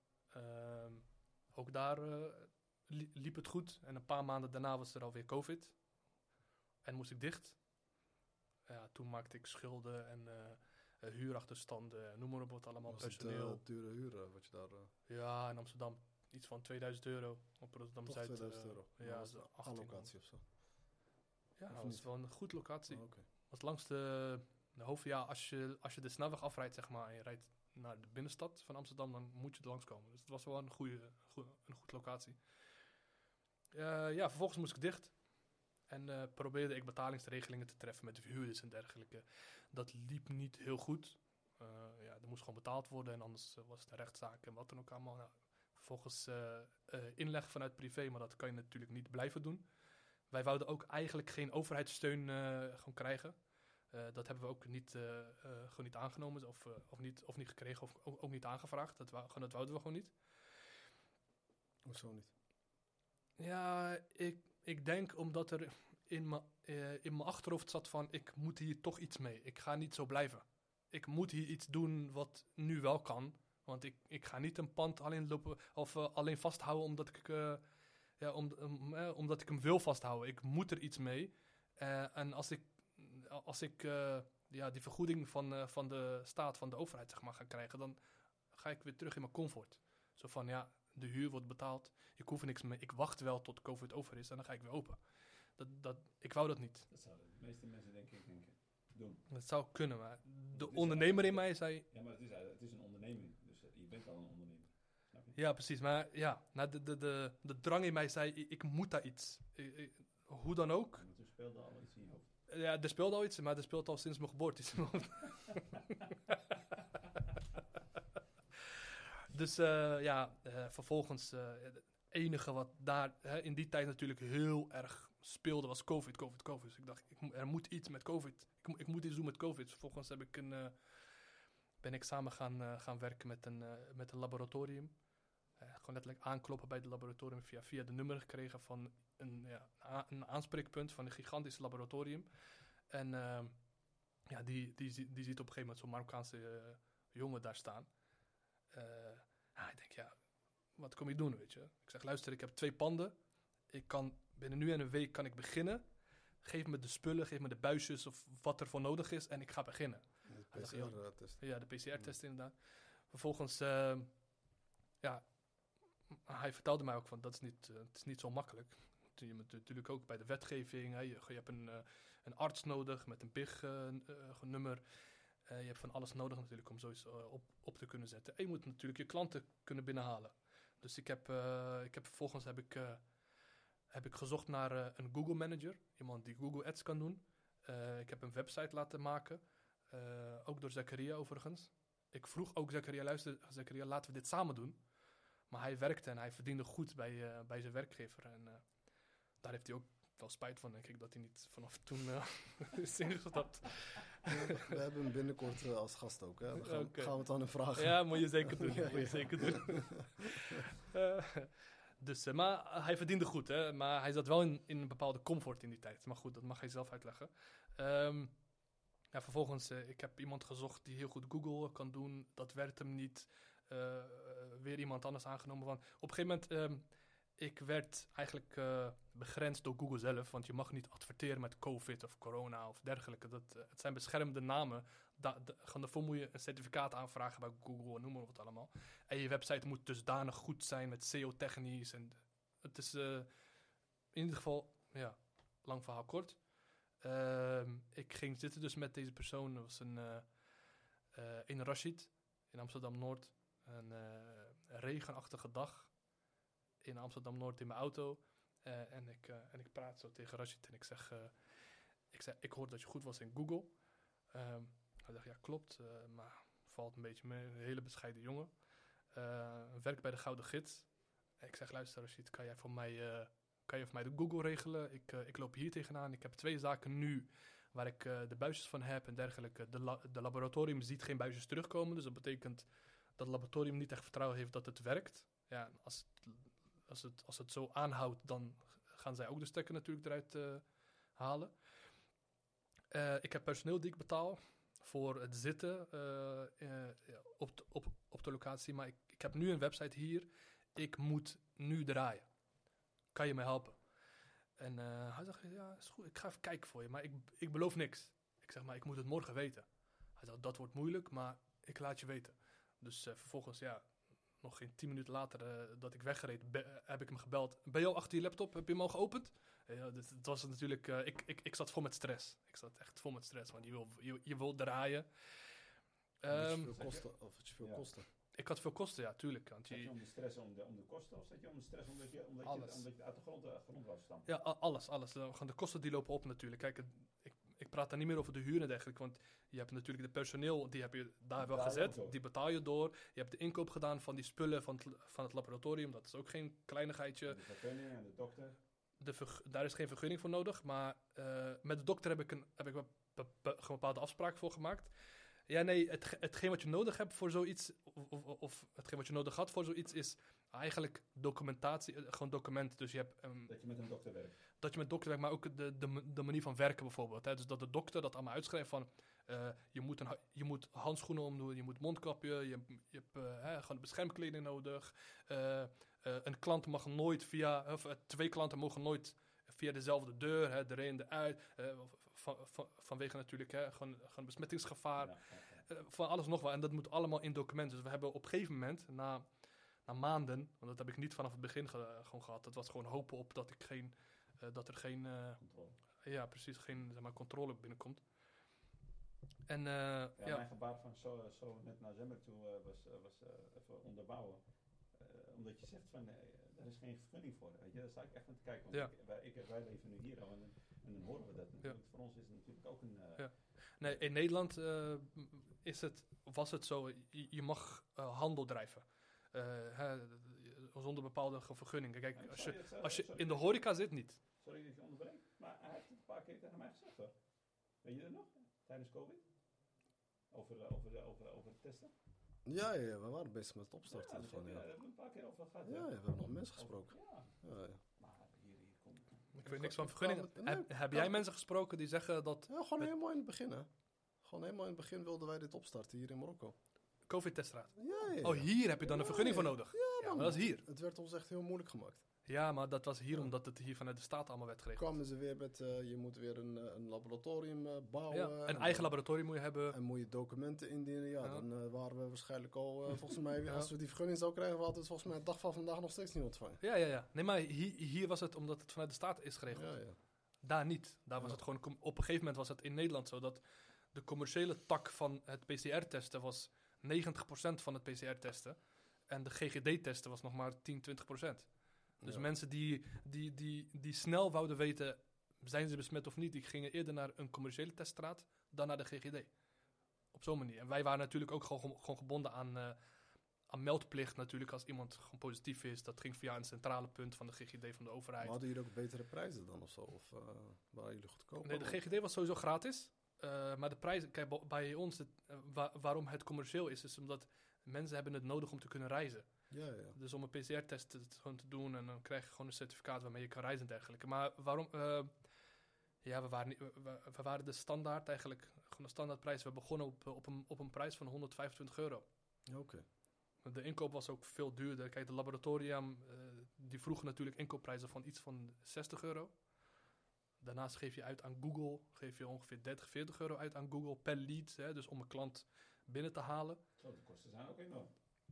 Speaker 1: Ook daar liep het goed. En een paar maanden daarna was er alweer COVID. En moest ik dicht. Ja, toen maakte ik schulden en huurachterstanden, noem maar op wat allemaal,
Speaker 2: Was
Speaker 1: personeel.
Speaker 2: het dure huur wat je daar...
Speaker 1: Ja, in Amsterdam iets van 2000 euro. Op Rotterdam-Zuid.
Speaker 2: 2000 euro?
Speaker 1: Ja,
Speaker 2: was
Speaker 1: zo
Speaker 2: het
Speaker 1: 18.
Speaker 2: locatie of zo?
Speaker 1: Ja,
Speaker 2: Of
Speaker 1: dat
Speaker 2: niet?
Speaker 1: was wel een goed locatie.
Speaker 2: Oh, oké.
Speaker 1: Was langs de hoofd, ja, als je de snelweg afrijdt, zeg maar, en je rijdt naar de binnenstad van Amsterdam, dan moet je er langskomen. Dus het was wel een goede locatie. Ja, vervolgens moest ik dicht. En probeerde ik betalingsregelingen te treffen met de verhuurders en dergelijke. Dat liep niet heel goed. Er moest gewoon betaald worden en anders was het een rechtszaak en wat dan ook allemaal. Nou, vervolgens inleg vanuit privé, maar dat kan je natuurlijk niet blijven doen. Wij wouden ook eigenlijk geen overheidssteun gewoon krijgen. Dat hebben we ook gewoon niet aangenomen of niet gekregen of ook niet aangevraagd. Dat wouden we gewoon niet.
Speaker 2: Hoezo niet?
Speaker 1: Ja, ik denk omdat er in mijn achterhoofd zat van, ik moet hier toch iets mee. Ik ga niet zo blijven. Ik moet hier iets doen wat nu wel kan. Want ik ga niet een pand alleen lopen of alleen vasthouden omdat ik hem wil vasthouden. Ik moet er iets mee. En als ik die vergoeding van de staat, van de overheid, zeg maar, ga krijgen, dan ga ik weer terug in mijn comfort. Zo van, ja, de huur wordt betaald. Ik hoef er niks mee. Ik wacht wel tot COVID over is en dan ga ik weer open. Ik wou dat niet.
Speaker 4: Dat zouden de meeste mensen denk ik doen.
Speaker 1: Dat zou kunnen, maar de
Speaker 4: is
Speaker 1: ondernemer in mij zei...
Speaker 4: Ja, maar het is een onderneming. Dus je bent al een ondernemer. Snap je?
Speaker 1: Ja, precies. Maar ja, de drang in mij zei, ik moet daar iets. Hoe dan ook.
Speaker 4: Maar toen speelde al iets in je hoofd.
Speaker 1: Ja, er speelde al iets, maar er speelt al sinds mijn geboorte iets in mijn hoofd. Dus vervolgens het enige wat daar in die tijd natuurlijk heel erg speelde was COVID. Dus ik dacht, er moet iets met COVID. Ik moet iets doen met COVID. Vervolgens ben ik samen gaan werken met een laboratorium. Gewoon letterlijk aankloppen bij het laboratorium via de nummer gekregen van een aanspreekpunt van een gigantisch laboratorium. En die ziet op een gegeven moment zo'n Marokkaanse jongen daar staan. Ik denk, wat kom je doen, weet je? Ik zeg, luister, ik heb 2 panden. Binnen nu en een week kan ik beginnen. Geef me de spullen, geef me de buisjes of wat er voor nodig is en ik ga beginnen.
Speaker 2: De PCR-test.
Speaker 1: Ja, de PCR-test inderdaad. Vervolgens, hij vertelde mij ook van, het is niet zo makkelijk. Je moet natuurlijk ook bij de wetgeving, je hebt een arts nodig met een PIG-nummer. Je hebt van alles nodig natuurlijk om zoiets op te kunnen zetten. En je moet natuurlijk je klanten kunnen binnenhalen. Dus vervolgens heb ik gezocht naar een Google Manager. Iemand die Google Ads kan doen. Ik heb een website laten maken. Ook door Zakaria overigens. Ik vroeg ook Zakaria, luister Zakaria, laten we dit samen doen. Maar hij werkte en hij verdiende goed bij zijn werkgever. En daar heeft hij ook wel spijt van, denk ik, dat hij niet vanaf toen is ingestapt.
Speaker 2: We hebben hem binnenkort als gast ook. Hè? Dan gaan we het aan hem vragen.
Speaker 1: Ja, moet je zeker doen. Maar hij verdiende goed, hè? Maar hij zat wel in een bepaalde comfort in die tijd. Maar goed, dat mag hij zelf uitleggen. Vervolgens, ik heb iemand gezocht die heel goed Google kan doen. Dat werd hem niet. Weer iemand anders aangenomen. Op een gegeven moment, ik werd eigenlijk begrensd door Google zelf. Want je mag niet adverteren met COVID of corona of dergelijke. Het zijn beschermde namen. Daarvoor moet je een certificaat aanvragen bij Google, noem maar wat allemaal. En je website moet dusdanig goed zijn met SEO-technisch. En het is in ieder geval, lang verhaal kort. Ik ging zitten dus met deze persoon. Dat was een Rashid in Amsterdam-Noord. Een regenachtige dag in Amsterdam-Noord in mijn auto. En ik praat zo tegen Rashid en ik zeg, ik hoorde dat je goed was in Google. Hij zegt, ja klopt, maar valt een beetje mee. Een hele bescheiden jongen. Werkt bij de Gouden Gids. Ik zeg, luister Rashid, kan je voor mij de Google regelen? Ik loop hier tegenaan. Ik heb 2 zaken nu waar ik de buisjes van heb en dergelijke. De laboratorium ziet geen buisjes terugkomen. Dus dat betekent dat het laboratorium niet echt vertrouwen heeft dat het werkt. Ja, als het zo aanhoudt, dan gaan zij ook de stekker natuurlijk eruit halen. Ik heb personeel die ik betaal voor het zitten op de locatie. Maar ik heb nu een website hier. Ik moet nu draaien. Kan je mij helpen? En hij zegt, ja, is goed. Ik ga even kijken voor je. Maar ik beloof niks. Ik zeg, maar ik moet het morgen weten. Hij zegt, dat wordt moeilijk, maar ik laat je weten. Dus vervolgens, nog geen 10 minuten later dat ik weggereed, heb ik hem gebeld. Ben je al achter je laptop? Heb je hem al geopend? Het was natuurlijk, ik zat vol met stress. Ik zat echt vol met stress, want je wil draaien.
Speaker 2: Had je veel kosten?
Speaker 1: Ik had veel kosten, ja, tuurlijk. Want
Speaker 4: Zat je om de stress om de kosten of zat je om de stress omdat je uit de grond was staan?
Speaker 1: Ja, alles. De kosten die lopen op natuurlijk. Kijk, ik praat daar niet meer over de huur en dergelijke, want je hebt natuurlijk de personeel, die heb je daar wel gezet, die betaal je door. Je hebt de inkoop gedaan van die spullen van het laboratorium, dat is ook geen kleinigheidje. De
Speaker 4: vergunning en de dokter?
Speaker 1: Daar is geen vergunning voor nodig, maar met de dokter heb ik een bepaalde afspraak voor gemaakt. Ja, nee, hetgeen wat je nodig hebt voor zoiets, of hetgeen wat je nodig had voor zoiets, is eigenlijk documentatie, gewoon documenten. Dus je hebt...
Speaker 4: dat je met een dokter werkt.
Speaker 1: Dat je met dokter werkt, maar ook de manier van werken bijvoorbeeld. Hè? Dus dat de dokter dat allemaal uitschrijft van... je moet handschoenen omdoen, je moet mondkapje, je hebt gewoon de beschermkleding nodig. Een klant mag nooit 2 klanten mogen nooit via dezelfde deur, hè, erin en de uit. Vanwege natuurlijk gewoon besmettingsgevaar. Van alles nog wat. En dat moet allemaal in documenten. Dus we hebben op een gegeven moment, na maanden... want dat heb ik niet vanaf het begin gewoon gehad. Dat was gewoon hopen op dat er geen...
Speaker 4: controle.
Speaker 1: Ja, precies. Geen controle binnenkomt. En,
Speaker 4: mijn gebaar van zo net naar Zemmer toe was even onderbouwen. Omdat je zegt van, er is geen vergunning voor. Weet je, daar sta ik echt aan te kijken. Want wij leven nu hier al en dan horen we dat. Ja. Voor ons is het natuurlijk ook een...
Speaker 1: Nee, in Nederland was het zo, je mag handel drijven. Zonder bepaalde vergunningen. Kijk, als je in de horeca zit, niet.
Speaker 4: sorry dat je onderbreekt, maar hij heeft het een paar keer tegen mij gezegd hoor. Weet je dat nog? Tijdens COVID? Over het testen?
Speaker 2: Ja, we waren bezig met het opstarten
Speaker 4: Ja,
Speaker 2: ervan.
Speaker 4: daar
Speaker 2: Ja.
Speaker 4: hebben we een paar keer over gehad.
Speaker 2: Ja, we hebben nog mensen gesproken.
Speaker 4: Ja,
Speaker 2: Ja.
Speaker 4: maar hier komt...
Speaker 1: Ik weet niks van vergunningen.
Speaker 2: Nee,
Speaker 1: Heb jij mensen gesproken die zeggen dat
Speaker 2: Ja, gewoon helemaal in het begin, hè. Gewoon helemaal in het begin wilden wij dit opstarten hier in Marokko.
Speaker 1: COVID-teststraat?
Speaker 2: Ja.
Speaker 1: Oh, hier heb je dan een vergunning voor nodig? Ja,
Speaker 2: man.
Speaker 1: maar dat is hier.
Speaker 2: Het werd ons echt heel moeilijk gemaakt.
Speaker 1: Ja, maar dat was hier
Speaker 2: Ja.
Speaker 1: omdat het hier vanuit de staat allemaal werd geregeld.
Speaker 2: Kwamen ze weer met, je moet weer een laboratorium bouwen.
Speaker 1: Ja, een
Speaker 2: en
Speaker 1: eigen laboratorium moet je hebben.
Speaker 2: En moet je documenten indienen. Ja,
Speaker 1: Ja.
Speaker 2: dan waren we waarschijnlijk al, volgens mij,
Speaker 1: Ja.
Speaker 2: als we die vergunning zouden krijgen, we hadden het volgens mij de dag van vandaag nog steeds niet ontvangen.
Speaker 1: Ja. Nee, maar hier was het omdat het vanuit de staat is geregeld.
Speaker 2: Ja.
Speaker 1: Daar niet. Daar was
Speaker 2: Ja.
Speaker 1: het gewoon, op een gegeven moment was het in Nederland zo dat de commerciële tak van het PCR-testen was 90% van het PCR-testen. En de GGD-testen was nog maar 10-20%. Dus
Speaker 2: Ja.
Speaker 1: mensen die snel wouden weten, zijn ze besmet of niet, die gingen eerder naar een commerciële teststraat dan naar de GGD. Op zo'n manier. En wij waren natuurlijk ook gewoon gebonden aan meldplicht natuurlijk als iemand gewoon positief is. Dat ging via een centrale punt van de GGD van de overheid.
Speaker 2: Maar hadden jullie ook betere prijzen dan of zo? Of waren jullie goedkoper?
Speaker 1: Nee, de GGD was sowieso gratis. Maar de prijzen, kijk, bij ons, waarom het commercieel is omdat mensen hebben het nodig om te kunnen reizen.
Speaker 2: Ja.
Speaker 1: Dus om een PCR-test gewoon te doen en dan krijg je gewoon een certificaat waarmee je kan reizen en dergelijke. Maar waarom? We waren de standaard eigenlijk, gewoon de standaardprijs. We begonnen op een prijs van €125.
Speaker 2: Oké.
Speaker 1: De inkoop was ook veel duurder. Kijk, de laboratorium, die vroegen natuurlijk inkoopprijzen van iets van €60. Daarnaast geef je uit aan Google, geef je ongeveer €30-40 uit aan Google per lead. Hè, dus om een klant binnen te halen.
Speaker 4: Zo, de kosten zijn ook enorm.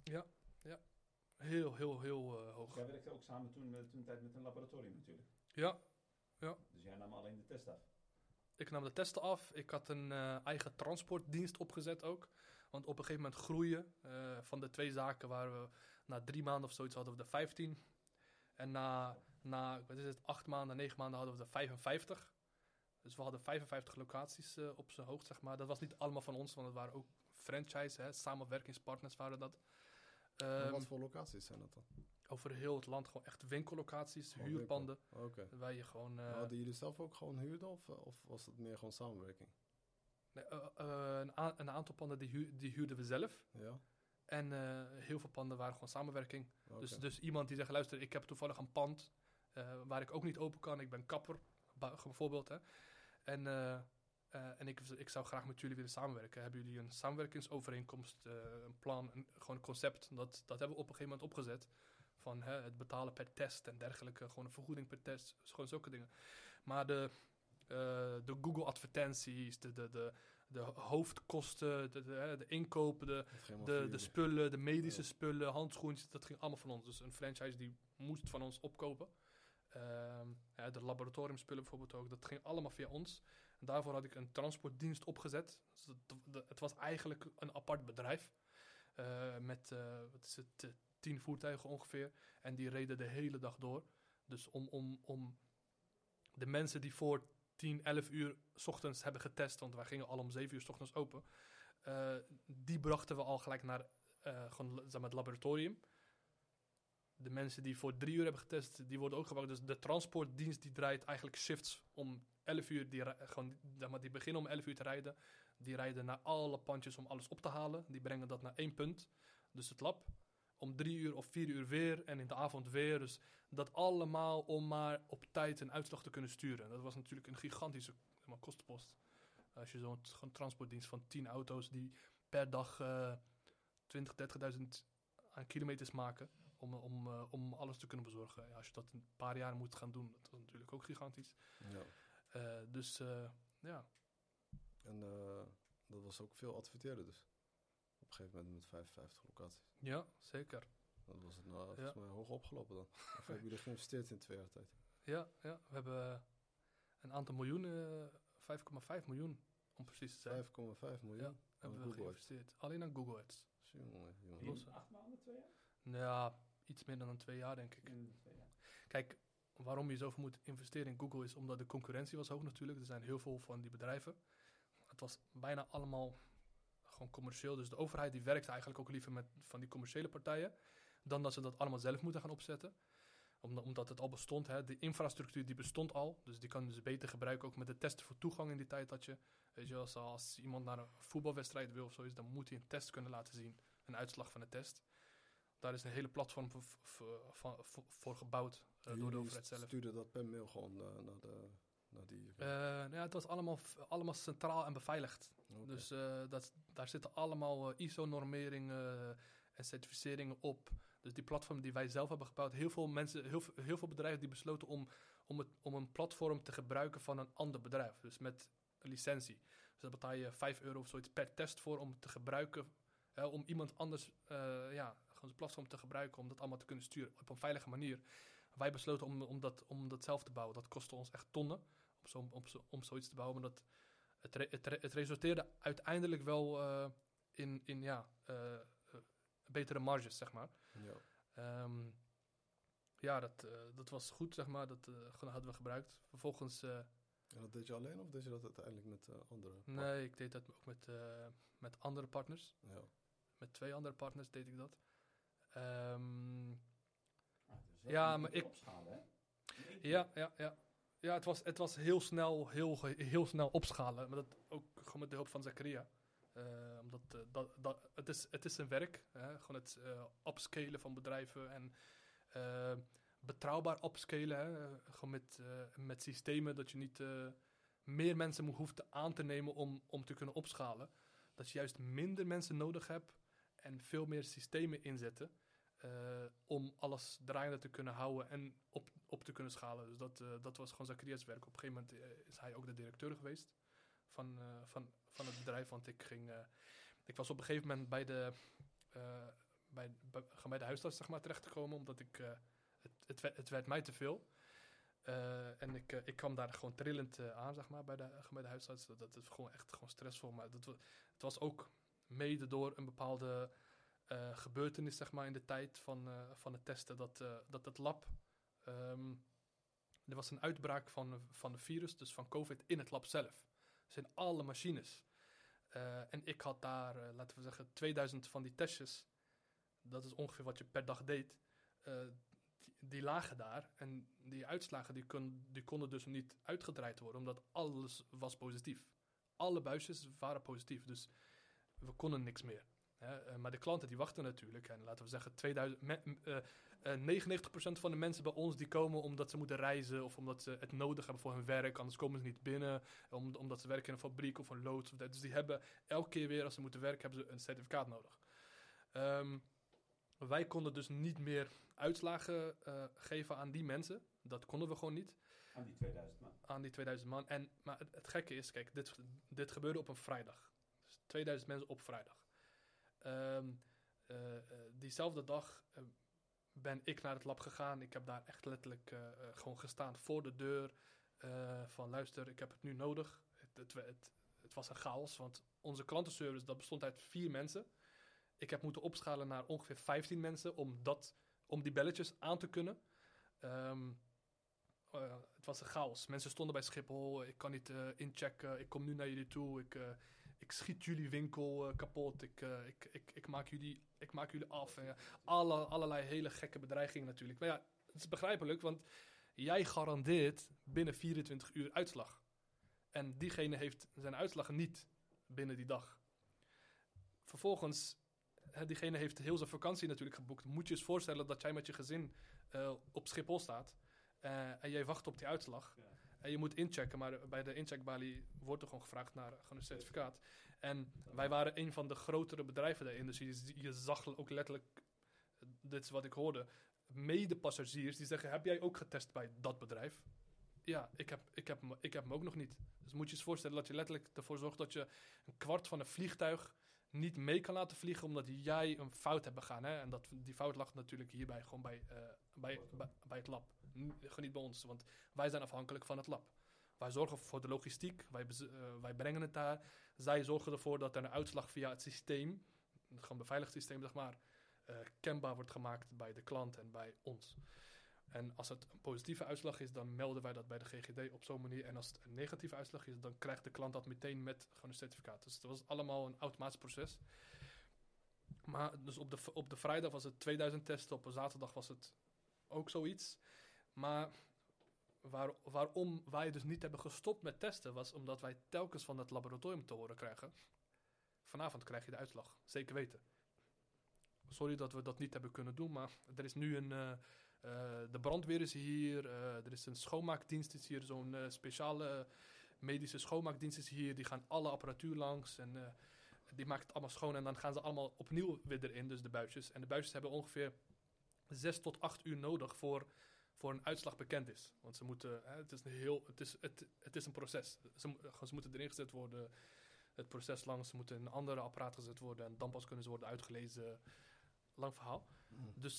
Speaker 1: Heel hoog.
Speaker 4: Jij werkte ook samen toen tijd met een laboratorium natuurlijk.
Speaker 1: Ja,
Speaker 4: Dus jij nam alleen de test af.
Speaker 1: ik nam de testen af. Ik had een eigen transportdienst opgezet ook. Want op een gegeven moment groeien. Van de 2 zaken waren we na 3 maanden of zoiets hadden we er 15. En na 8 maanden, 9 maanden hadden we er 55. Dus we hadden 55 locaties op zijn hoogst, zeg maar. Dat was niet allemaal van ons, want het waren ook franchise, hè, samenwerkingspartners waren dat.
Speaker 2: En wat voor locaties zijn dat dan?
Speaker 1: Over heel het land gewoon echt winkellocaties,
Speaker 2: Oh,
Speaker 1: huurpanden.
Speaker 2: Oké.
Speaker 1: Waar je gewoon...
Speaker 2: Maar hadden jullie zelf ook gewoon huurden of was het meer gewoon samenwerking?
Speaker 1: een aantal panden die huurden we zelf.
Speaker 2: Ja.
Speaker 1: En heel veel panden waren gewoon samenwerking.
Speaker 2: Oké.
Speaker 1: Dus iemand die zegt, luister, ik heb toevallig een pand waar ik ook niet open kan. Ik ben kapper, bijvoorbeeld. Hè. En ik zou graag met jullie willen samenwerken. Hebben jullie een samenwerkingsovereenkomst, een plan, gewoon een concept? Dat hebben we op een gegeven moment opgezet. Van het betalen per test en dergelijke. Gewoon een vergoeding per test. Dus gewoon zulke dingen. Maar de Google advertenties, de hoofdkosten, de inkopen,
Speaker 2: Hetgeen wat voor
Speaker 1: de
Speaker 2: jullie.
Speaker 1: spullen, de medische
Speaker 2: Ja.
Speaker 1: spullen, handschoentjes, dat ging allemaal van ons. Dus een franchise die moest van ons opkopen. De laboratoriumspullen bijvoorbeeld ook, dat ging allemaal via ons. En daarvoor had ik een transportdienst opgezet. Dus het was eigenlijk een apart bedrijf. Met 10 voertuigen ongeveer. En die reden de hele dag door. Dus om de mensen die voor 10, 11 uur 's ochtends hebben getest, want wij gingen al om 7 uur 's ochtends open, die brachten we al gelijk naar gewoon, zeg maar, het laboratorium. De mensen die voor 3 uur hebben getest, die worden ook gebracht. Dus de transportdienst die draait eigenlijk shifts om 11 uur. Die beginnen om 11 uur te rijden. Die rijden naar alle pandjes om alles op te halen. Die brengen dat naar 1 punt, dus het lab. Om 3 uur of 4 uur weer en in de avond weer. Dus dat allemaal om maar op tijd een uitslag te kunnen sturen. Dat was natuurlijk een gigantische kostenpost. Als je zo'n transportdienst van 10 auto's die per dag 20.000, 30.000 aan kilometers maken om alles te kunnen bezorgen. Ja, als je dat een paar jaar moet gaan doen, dat was natuurlijk ook gigantisch.
Speaker 2: Ja.
Speaker 1: Ja.
Speaker 2: En dat was ook veel adverteren dus. Op een gegeven moment met 55 locaties.
Speaker 1: Ja, zeker.
Speaker 2: Dat was het volgens mij hoog opgelopen dan. Of hebben jullie geïnvesteerd in 2 jaar tijd?
Speaker 1: Ja, we hebben een aantal miljoenen, 5,5 miljoen om precies te zijn.
Speaker 2: 5,5 miljoen?
Speaker 1: Ja, hebben we
Speaker 2: Google
Speaker 1: geïnvesteerd. Alleen aan Google Ads.
Speaker 2: Jongen.
Speaker 1: Los.
Speaker 4: In 8 maanden, 2 jaar?
Speaker 1: Ja, iets minder dan 2 jaar denk ik.
Speaker 4: In 2 jaar.
Speaker 1: Kijk, waarom je zoveel moet investeren in Google is omdat de concurrentie was hoog natuurlijk. Er zijn heel veel van die bedrijven. Het was bijna allemaal gewoon commercieel. Dus de overheid die werkt eigenlijk ook liever met van die commerciële partijen dan dat ze dat allemaal zelf moeten gaan opzetten. Omdat het al bestond. Hè. De infrastructuur die bestond al. Dus die kan je dus beter gebruiken. Ook met de testen voor toegang in die tijd dat je... Weet je, als iemand naar een voetbalwedstrijd wil of zoiets, dan moet hij een test kunnen laten zien. Een uitslag van de test. Daar is een hele platform voor gebouwd door de overheid zelf.
Speaker 2: Stuurde dat per mail gewoon naar die...
Speaker 1: Het was allemaal centraal en beveiligd.
Speaker 2: Okay.
Speaker 1: Dus daar zitten allemaal ISO-normeringen en certificeringen op. Dus die platform die wij zelf hebben gebouwd. Heel veel mensen, heel veel bedrijven die besloten om een platform te gebruiken van een ander bedrijf. Dus met een licentie. Dus daar betaal je €5 of zoiets per test voor om te gebruiken. Om iemand anders gewoon zijn platform te gebruiken. Om dat allemaal te kunnen sturen op een veilige manier. Wij besloten om dat zelf te bouwen. Dat kostte ons echt tonnen om zoiets te bouwen. Maar het resulteerde uiteindelijk wel in betere marges, zeg maar.
Speaker 2: Ja.
Speaker 1: Dat was goed, zeg maar. Dat hadden we gebruikt. Vervolgens...
Speaker 2: En dat deed je alleen of deed je dat uiteindelijk met andere partners?
Speaker 1: Nee, ik deed dat ook met andere partners.
Speaker 2: Ja.
Speaker 1: Met 2 andere partners deed ik dat.
Speaker 4: Maar ik... Opschalen, hè?
Speaker 1: Ja, het was heel snel opschalen. Maar dat ook gewoon met de hulp van Zakaria. Omdat het is zijn werk. Gewoon het upscalen van bedrijven en betrouwbaar upscalen. Gewoon met systemen dat je niet meer mensen hoeft aan te nemen om te kunnen opschalen. Dat je juist minder mensen nodig hebt en veel meer systemen inzetten. Om alles draaiende te kunnen houden en op te kunnen schalen. Dus dat was gewoon Zakaria's werk. Op een gegeven moment is hij ook de directeur geweest van het bedrijf. Want ik was op een gegeven moment bij de huisarts, zeg maar, terechtgekomen. Omdat het werd mij te veel. En ik kwam daar gewoon trillend aan, zeg maar, bij de huisarts. Dat is gewoon echt stressvol. Maar het was ook mede door een bepaalde gebeurtenis, zeg maar, in de tijd van het testen. Dat het lab... er was een uitbraak van een virus, dus van COVID, in het lab zelf. Dus in alle machines. En ik had daar, laten we zeggen, 2000 van die testjes. Dat is ongeveer wat je per dag deed. Die lagen daar. En die uitslagen die konden dus niet uitgedraaid worden. Omdat alles was positief. Alle buisjes waren positief. Dus we konden niks meer. Maar de klanten die wachten natuurlijk. En laten we zeggen, 99% van de mensen bij ons die komen omdat ze moeten reizen. Of omdat ze het nodig hebben voor hun werk. Anders komen ze niet binnen. Omdat ze werken in een fabriek of een loods. Dus die hebben elke keer weer, als ze moeten werken, hebben ze een certificaat nodig. Wij konden dus niet meer uitslagen geven aan die mensen. Dat konden we gewoon niet. Aan die 2000 man. Maar het gekke is, kijk, dit gebeurde op een vrijdag. Dus 2000 mensen op vrijdag. Diezelfde dag ben ik naar het lab gegaan. Ik heb daar echt letterlijk gewoon gestaan voor de deur. Van luister, ik heb het nu nodig. Het was een chaos, want onze klantenservice dat bestond uit 4 mensen. Ik heb moeten opschalen naar ongeveer 15 mensen om die belletjes aan te kunnen. Het was een chaos. Mensen stonden bij Schiphol. Ik kan niet inchecken. Ik kom nu naar jullie toe. Ik schiet jullie winkel kapot. Ik maak jullie af. Allerlei hele gekke bedreigingen natuurlijk. Maar ja, het is begrijpelijk, want jij garandeert binnen 24 uur uitslag. En diegene heeft zijn uitslag niet binnen die dag. Vervolgens, diegene heeft heel zijn vakantie natuurlijk geboekt. Moet je eens voorstellen dat jij met je gezin op Schiphol staat. En jij wacht op die uitslag. Ja. En je moet inchecken, maar bij de incheckbalie wordt er gewoon gevraagd naar gewoon een certificaat. En wij waren een van de grotere bedrijven daarin. Dus je zag ook letterlijk, dit is wat ik hoorde, medepassagiers die zeggen, heb jij ook getest bij dat bedrijf? Ja, ik heb hem ook nog niet. Dus moet je eens voorstellen dat je letterlijk ervoor zorgt dat je een kwart van een vliegtuig niet mee kan laten vliegen omdat jij een fout hebt begaan. Hè? En die fout lag natuurlijk hierbij gewoon bij het lab. Gewoon niet bij ons, want wij zijn afhankelijk van het lab. Wij zorgen voor de logistiek, wij brengen het daar. Zij zorgen ervoor dat er een uitslag via het systeem, gewoon beveiligd systeem zeg maar, kenbaar wordt gemaakt bij de klant en bij ons. En als het een positieve uitslag is, dan melden wij dat bij de GGD op zo'n manier. En als het een negatieve uitslag is, dan krijgt de klant dat meteen met gewoon een certificaat. Dus het was allemaal een automatisch proces. Maar dus op de vrijdag was het 2000 testen, op een zaterdag was het ook zoiets. Maar waarom wij dus niet hebben gestopt met testen, was omdat wij telkens van het laboratorium te horen krijgen. Vanavond krijg je de uitslag, zeker weten. Sorry dat we dat niet hebben kunnen doen, maar er is nu de brandweer is hier, er is een schoonmaakdienst is hier, zo'n speciale medische schoonmaakdienst is hier. Die gaan alle apparatuur langs en die maakt het allemaal schoon en dan gaan ze allemaal opnieuw weer erin, dus de buisjes. En de buisjes hebben ongeveer 6 tot 8 uur nodig voor een uitslag bekend is. Want ze moeten, het is een proces. Ze moeten erin gezet worden, het proces langs, ze moeten in een andere apparaat gezet worden en dan pas kunnen ze worden uitgelezen. Lang verhaal. Dus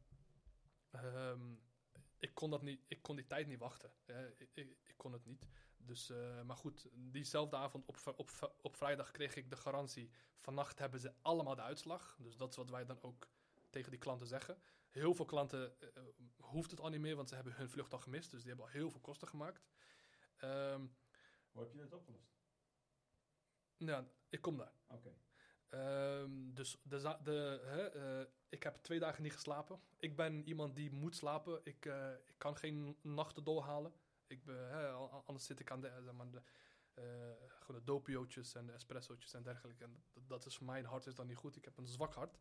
Speaker 1: ik kon die tijd niet wachten. Ik kon het niet. Dus, maar goed, diezelfde avond op vrijdag kreeg ik de garantie. Vannacht hebben ze allemaal de uitslag. Dus dat is wat wij dan ook tegen die klanten zeggen. Heel veel klanten hoeft het al niet meer, want ze hebben hun vlucht al gemist. Dus die hebben al heel veel kosten gemaakt.
Speaker 4: Hoe heb je dat opgelost?
Speaker 1: Ja, ik kom daar.
Speaker 4: Oké.
Speaker 1: Dus ik heb 2 dagen niet geslapen. Ik ben iemand die moet slapen. Ik kan geen nachten doorhalen. Anders zit ik aan gewoon de dopiootjes en de espressootjes en dergelijke. En dat is voor mijn hart is dan niet goed. Ik heb een zwak hart.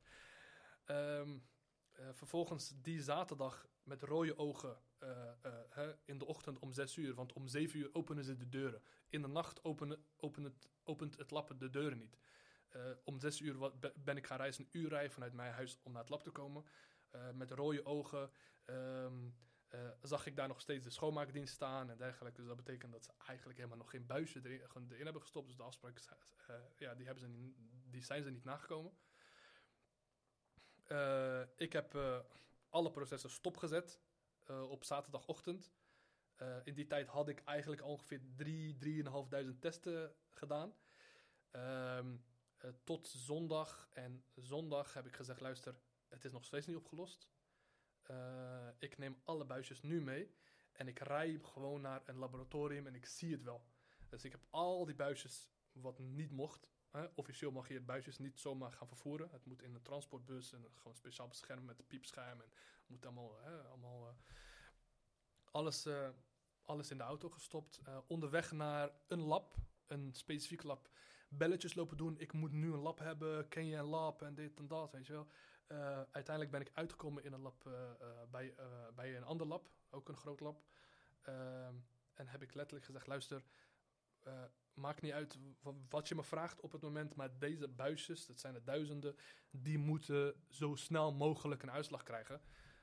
Speaker 1: Vervolgens die zaterdag met rode ogen in de ochtend om 6 uur. Want om 7 uur openen ze de deuren. In de nacht opent het lab de deuren niet. Om 6 uur ben ik gaan reizen, een uur rijden vanuit mijn huis om naar het lab te komen. Met rode ogen zag ik daar nog steeds de schoonmaakdienst staan en dergelijke. Dus dat betekent dat ze eigenlijk helemaal nog geen buisje erin hebben gestopt. Dus de afspraak die zijn ze niet nagekomen. Ik heb alle processen stopgezet op zaterdagochtend. In die tijd had ik eigenlijk ongeveer 3.500 testen gedaan. Tot zondag. En zondag heb ik gezegd, luister, het is nog steeds niet opgelost. Ik neem alle buisjes nu mee. En ik rij gewoon naar een laboratorium en ik zie het wel. Dus ik heb al die buisjes wat niet mocht. Officieel mag je buisjes niet zomaar gaan vervoeren. Het moet in een transportbus en gewoon speciaal beschermd met een piepscherm. En moet allemaal alles in de auto gestopt. Onderweg naar een lab, een specifiek lab. Belletjes lopen doen. Ik moet nu een lab hebben. Ken je een lab? En dit en dat, weet je wel. Uiteindelijk ben ik uitgekomen in een lab bij een ander lab. Ook een groot lab. En heb ik letterlijk gezegd, luister, maakt niet uit wat je me vraagt op het moment, maar deze buisjes, dat zijn er duizenden, die moeten zo snel mogelijk een uitslag krijgen.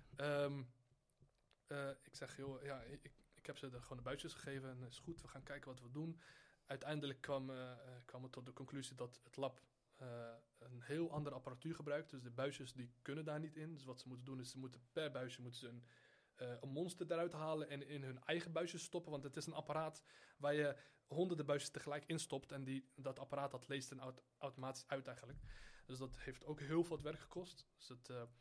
Speaker 1: Ik zeg, joh, ja, ik heb ze gewoon de buisjes gegeven en is goed, we gaan kijken wat we doen. Uiteindelijk kwam het tot de conclusie dat het lab een heel andere apparatuur gebruikt. Dus de buisjes die kunnen daar niet in. Dus wat ze moeten doen is, per buisje moeten ze een monster eruit halen en in hun eigen buisjes stoppen. Want het is een apparaat waar je honderden buisjes tegelijk instopt. En dat apparaat dat leest en automatisch uit eigenlijk. Dus dat heeft ook heel veel werk gekost. Dus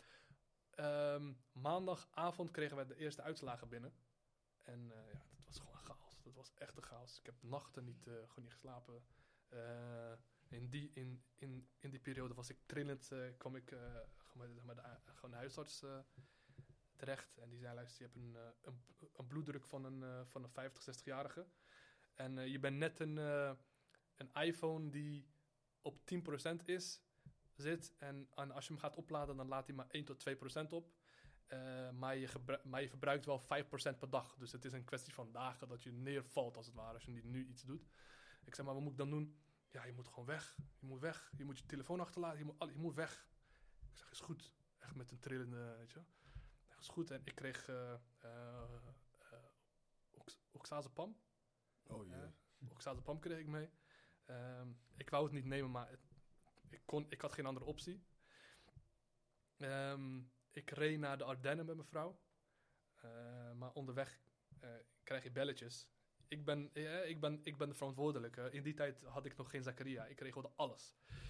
Speaker 1: maandagavond kregen wij de eerste uitslagen binnen. En dat was gewoon chaos. Dat was echt een chaos. Ik heb nachten gewoon niet geslapen. In die periode was ik trillend. Kwam ik gewoon de huisarts terecht. En die zei, luister, je hebt een bloeddruk van een 50, 60-jarige. En je bent net een iPhone die op 10% zit. En als je hem gaat opladen, dan laat hij maar 1 tot 2% op. Maar je verbruikt wel 5% per dag. Dus het is een kwestie van dagen dat je neervalt, als het ware, als je nu iets doet. Ik zeg, maar wat moet ik dan doen? Ja, je moet gewoon weg. Je moet weg. Je moet je telefoon achterlaten. Je moet weg. Ik zeg, is goed. Echt met een trillende, weet je. Is goed. En ik kreeg oxazepam.
Speaker 2: Oh jee.
Speaker 1: Oxazepam kreeg ik mee. Ik wou het niet nemen, maar ik had geen andere optie. Ik reed naar de Ardennen met mijn vrouw. Maar onderweg krijg je belletjes. Ik ben de verantwoordelijke. In die tijd had ik nog geen Zakaria. Ik regelde alles.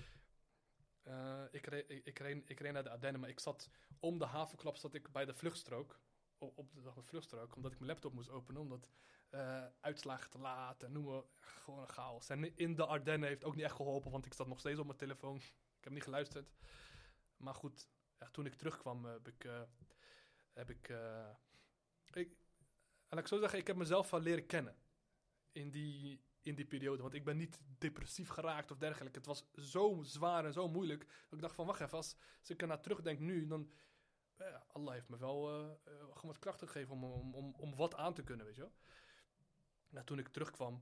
Speaker 1: Ik reed naar de Ardennen, maar ik zat om de havenklap zat ik bij de vluchtstrook. Op de vluchtstrook, omdat ik mijn laptop moest openen. Omdat uitslagen te laat en noem maar, gewoon een chaos. En in de Ardennen heeft ook niet echt geholpen, want ik zat nog steeds op mijn telefoon. Ik heb niet geluisterd. Maar goed, toen ik terugkwam heb ik heb ik... En laat ik zo zeggen, ik heb mezelf wel leren kennen in die periode. Want ik ben niet depressief geraakt of dergelijke. Het was zo zwaar en zo moeilijk. Dat ik dacht van, wacht even, als ik ernaar terugdenk nu, dan... Allah heeft me wel gewoon wat krachten gegeven om wat aan te kunnen, weet je wel. Nou, toen ik terugkwam,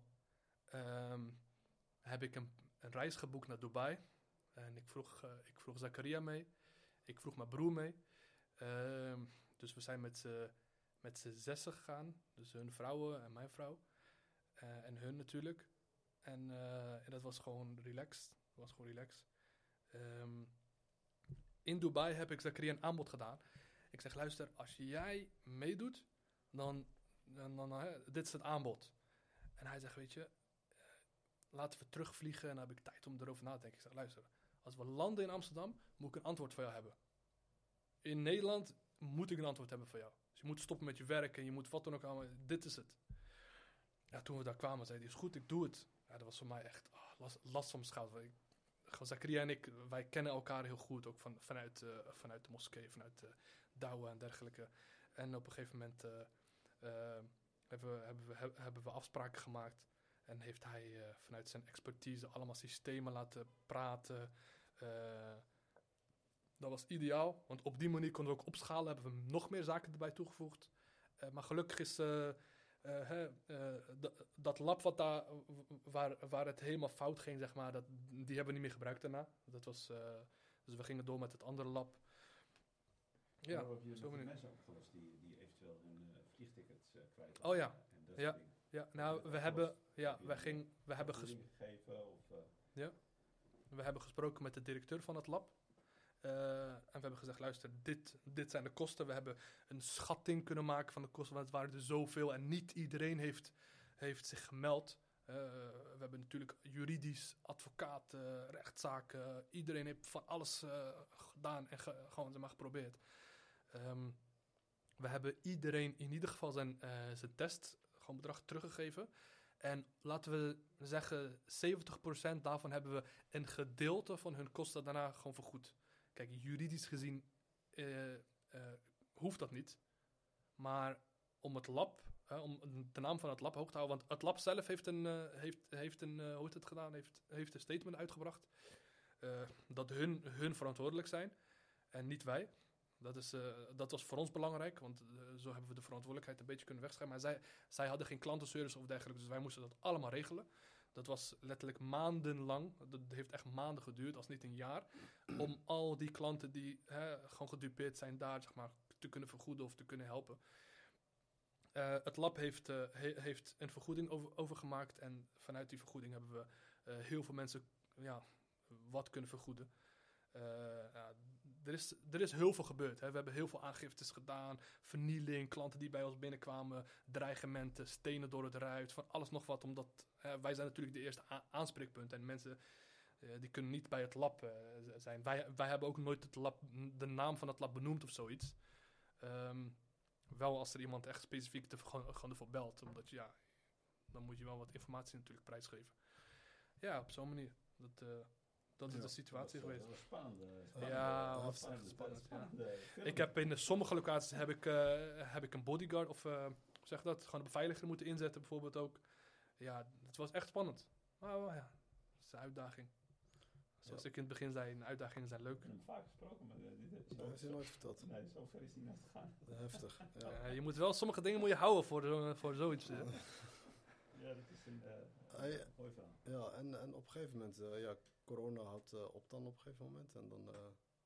Speaker 1: heb ik een reis geboekt naar Dubai. En ik vroeg Zakaria mee. Ik vroeg mijn broer mee. Dus we zijn met z'n zessen gegaan. Dus hun vrouwen en mijn vrouw. En hun natuurlijk. En dat was gewoon relaxed. In Dubai heb ik Zakaria een aanbod gedaan. Ik zeg, luister, als jij meedoet, dan dit is het aanbod. En hij zegt, weet je, laten we terugvliegen. En dan heb ik tijd om erover na te denken. Ik zeg, luister, als we landen in Amsterdam, moet ik een antwoord voor jou hebben. In Nederland moet ik een antwoord hebben voor jou. Dus je moet stoppen met je werk en je moet wat dan ook allemaal. Dit is het. Ja, toen we daar kwamen, zei hij, is goed, ik doe het. Ja, dat was voor mij echt last van mijn schouder. Zakaria en ik, wij kennen elkaar heel goed. Ook vanuit de moskee, vanuit de Douwe en dergelijke. En op een gegeven moment hebben we afspraken gemaakt. En heeft hij vanuit zijn expertise allemaal systemen laten praten. Dat was ideaal. Want op die manier konden we ook opschalen. Hebben we nog meer zaken erbij toegevoegd. Maar gelukkig is... dat lab waar het helemaal fout ging, zeg maar, die hebben we niet meer gebruikt daarna. Dus we gingen door met het andere lab.
Speaker 4: Ja, maar heb je zo mensen opgelost die eventueel hun vliegtickets kwijt
Speaker 1: waren? Oh ja.
Speaker 4: En dat soort dingen.
Speaker 1: Ja, nou, we hebben gesproken met de directeur van het lab. En we hebben gezegd, luister, dit zijn de kosten. We hebben een schatting kunnen maken van de kosten, want het waren er zoveel. En niet iedereen heeft zich gemeld. We hebben natuurlijk juridisch, advocaten, rechtszaken. Iedereen heeft van alles gedaan en gewoon geprobeerd. We hebben iedereen in ieder geval zijn test, gewoon bedrag teruggegeven. En laten we zeggen, 70% daarvan hebben we een gedeelte van hun kosten daarna gewoon vergoed. Kijk, juridisch gezien hoeft dat niet. Maar om het lab, om de naam van het lab hoog te houden. Want het lab zelf heeft hoe het gedaan, heeft een statement uitgebracht. Dat hun verantwoordelijk zijn en niet wij. Dat was voor ons belangrijk, want zo hebben we de verantwoordelijkheid een beetje kunnen wegschuiven. Maar zij hadden geen klantenservice of dergelijke, dus wij moesten dat allemaal regelen. Dat was letterlijk maandenlang. Dat heeft echt maanden geduurd, als niet een jaar. Om al die klanten die gewoon gedupeerd zijn daar, zeg maar, te kunnen vergoeden of te kunnen helpen. Het lab heeft een vergoeding overgemaakt. En vanuit die vergoeding hebben we heel veel mensen wat kunnen vergoeden. Er is heel veel gebeurd. Hè. We hebben heel veel aangiftes gedaan. Vernieling, klanten die bij ons binnenkwamen. Dreigementen, stenen door het ruit. Van alles nog wat. Omdat wij zijn natuurlijk de eerste aanspreekpunt. En mensen die kunnen niet bij het lab zijn. Wij hebben ook nooit de naam van het lab benoemd of zoiets. Wel als er iemand echt specifiek gewoon ervoor belt. Omdat dan moet je wel wat informatie natuurlijk prijsgeven. Ja, op zo'n manier. Dat is de situatie geweest.
Speaker 4: Dat was spannend.
Speaker 1: Ja, dat was echt spannend. Ik heb in sommige locaties heb ik een bodyguard of zeg dat, gewoon een beveiliger moeten inzetten bijvoorbeeld ook. Ja, het was echt spannend. Maar ja, het is een uitdaging. Zoals ik in het begin zei, uitdagingen zijn leuk.
Speaker 4: Ik heb hem vaak gesproken, maar
Speaker 2: dat heeft hij nooit verteld.
Speaker 4: Nee, zover is hij nooit gegaan.
Speaker 2: Heftig. Ja.
Speaker 1: Je moet wel sommige dingen houden voor zoiets.
Speaker 4: Ja, dat is een mooi verhaal.
Speaker 2: Ja, en op een gegeven moment, corona had op dan op een gegeven moment. En dan,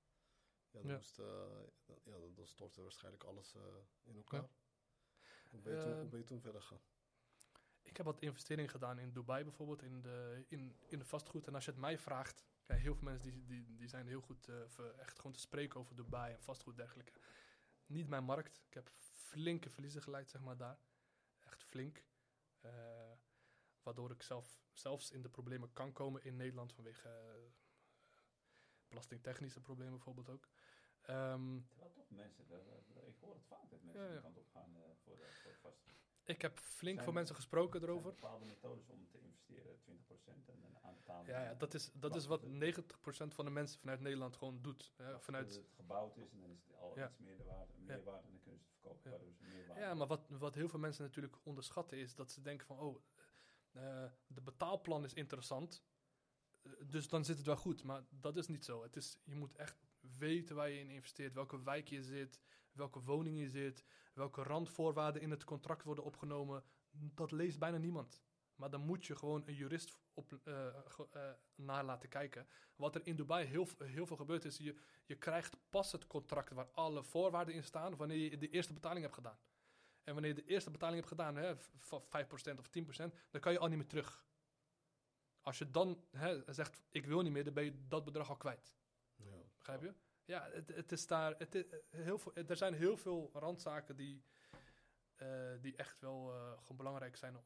Speaker 2: dan stortte waarschijnlijk alles in elkaar.
Speaker 1: Ja.
Speaker 2: Hoe ben je toen verder gegaan?
Speaker 1: Ik heb wat investeringen gedaan in Dubai bijvoorbeeld, in de vastgoed. En als je het mij vraagt, heel veel mensen die zijn heel goed echt gewoon te spreken over Dubai en vastgoed en dergelijke. Niet mijn markt. Ik heb flinke verliezen geleid, zeg maar, daar. Echt flink. Waardoor ik zelfs in de problemen kan komen in Nederland vanwege belastingtechnische problemen bijvoorbeeld ook.
Speaker 4: Terwijl toch mensen, ik hoor het vaak dat mensen die kant op gaan voor vast.
Speaker 1: Ik heb flink veel mensen gesproken erover.
Speaker 4: Er zijn bepaalde methodes om te investeren investeren 20% en dan aanbetalen.
Speaker 1: Ja, dat is wat 90% van de mensen vanuit Nederland gewoon doet.
Speaker 4: Vanuit het gebouwd is en dan is het al iets meer waarde en dan kunnen ze het verkopen. Waardoor ze meer waarde
Speaker 1: maar wat heel veel mensen natuurlijk onderschatten is dat ze denken van, de betaalplan is interessant, dus dan zit het wel goed. Maar dat is niet zo. Je moet echt weten waar je in investeert, welke wijk je zit, welke woning je zit, welke randvoorwaarden in het contract worden opgenomen. Dat leest bijna niemand. Maar dan moet je gewoon een jurist naar laten kijken. Wat er in Dubai heel veel gebeurt is, je krijgt pas het contract waar alle voorwaarden in staan wanneer je de eerste betaling hebt gedaan. En wanneer je de eerste betaling hebt gedaan, van 5% of 10%, dan kan je al niet meer terug. Als je dan zegt, ik wil niet meer, dan ben je dat bedrag al kwijt.
Speaker 2: Ja.
Speaker 1: Begrijp je? Ja, het is daar. Er zijn heel veel randzaken die echt wel gewoon belangrijk zijn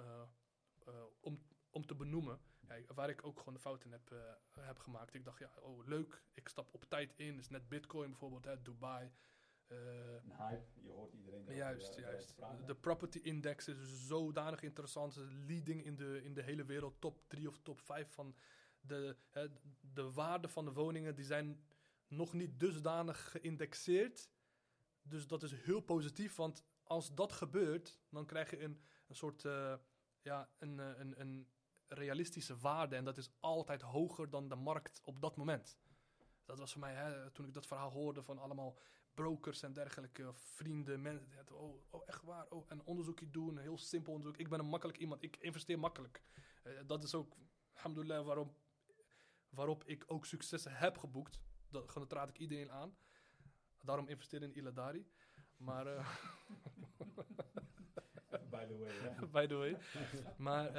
Speaker 1: om te benoemen. Ja, waar ik ook gewoon de fout in heb gemaakt. Ik dacht, leuk, ik stap op tijd in. Dus net Bitcoin bijvoorbeeld, Dubai.
Speaker 4: een hype, je hoort iedereen
Speaker 1: Juist. De property index is zodanig interessant. Leading in de hele wereld, top 3 of top 5 van de waarde van de woningen. Die zijn nog niet dusdanig geïndexeerd. Dus dat is heel positief, want als dat gebeurt, dan krijg je een soort een realistische waarde. En dat is altijd hoger dan de markt op dat moment. Dat was voor mij, toen ik dat verhaal hoorde van allemaal brokers en dergelijke, vrienden, mensen. Echt waar? En onderzoekje doen, een heel simpel onderzoek. Ik ben een makkelijk iemand, ik investeer makkelijk. Dat is ook, alhamdulillah, waarop ik ook successen heb geboekt. Dat raad ik iedereen aan. Daarom investeer in Iladari. Maar
Speaker 4: by the way, ja.
Speaker 1: by the way. Maar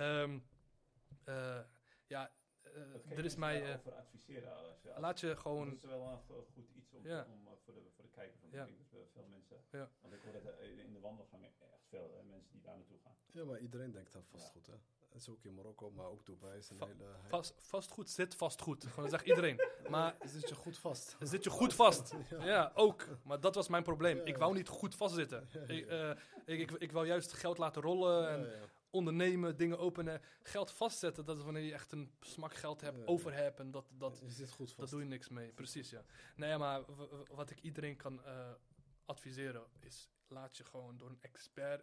Speaker 1: er is mij.
Speaker 4: Over adviseren.
Speaker 1: Laat je gewoon.
Speaker 4: Dat is wel goed iets om voor de kijker van de veel mensen.
Speaker 1: Ja.
Speaker 4: Want ik hoor dat in de wandelgangen echt veel mensen die daar naartoe gaan.
Speaker 2: Ja, maar iedereen denkt aan vastgoed, hè? Dat is ook in Marokko, maar ook Dubai is een hele...
Speaker 1: Vastgoed zit vastgoed. Gewoon, dat zegt iedereen. Maar
Speaker 2: zit je goed vast?
Speaker 1: Zit je goed vast? Ja, ook. Maar dat was mijn probleem.
Speaker 2: Ja,
Speaker 1: ik wou niet goed vastzitten. Ik wou juist geld laten rollen en ondernemen, dingen openen. Geld vastzetten, dat is wanneer je echt een smak geld hebt, over hebt. En
Speaker 2: je zit goed vast.
Speaker 1: Dat doe je niks mee. Precies, ja. Nee, maar wat ik iedereen kan adviseren is, laat je gewoon door een expert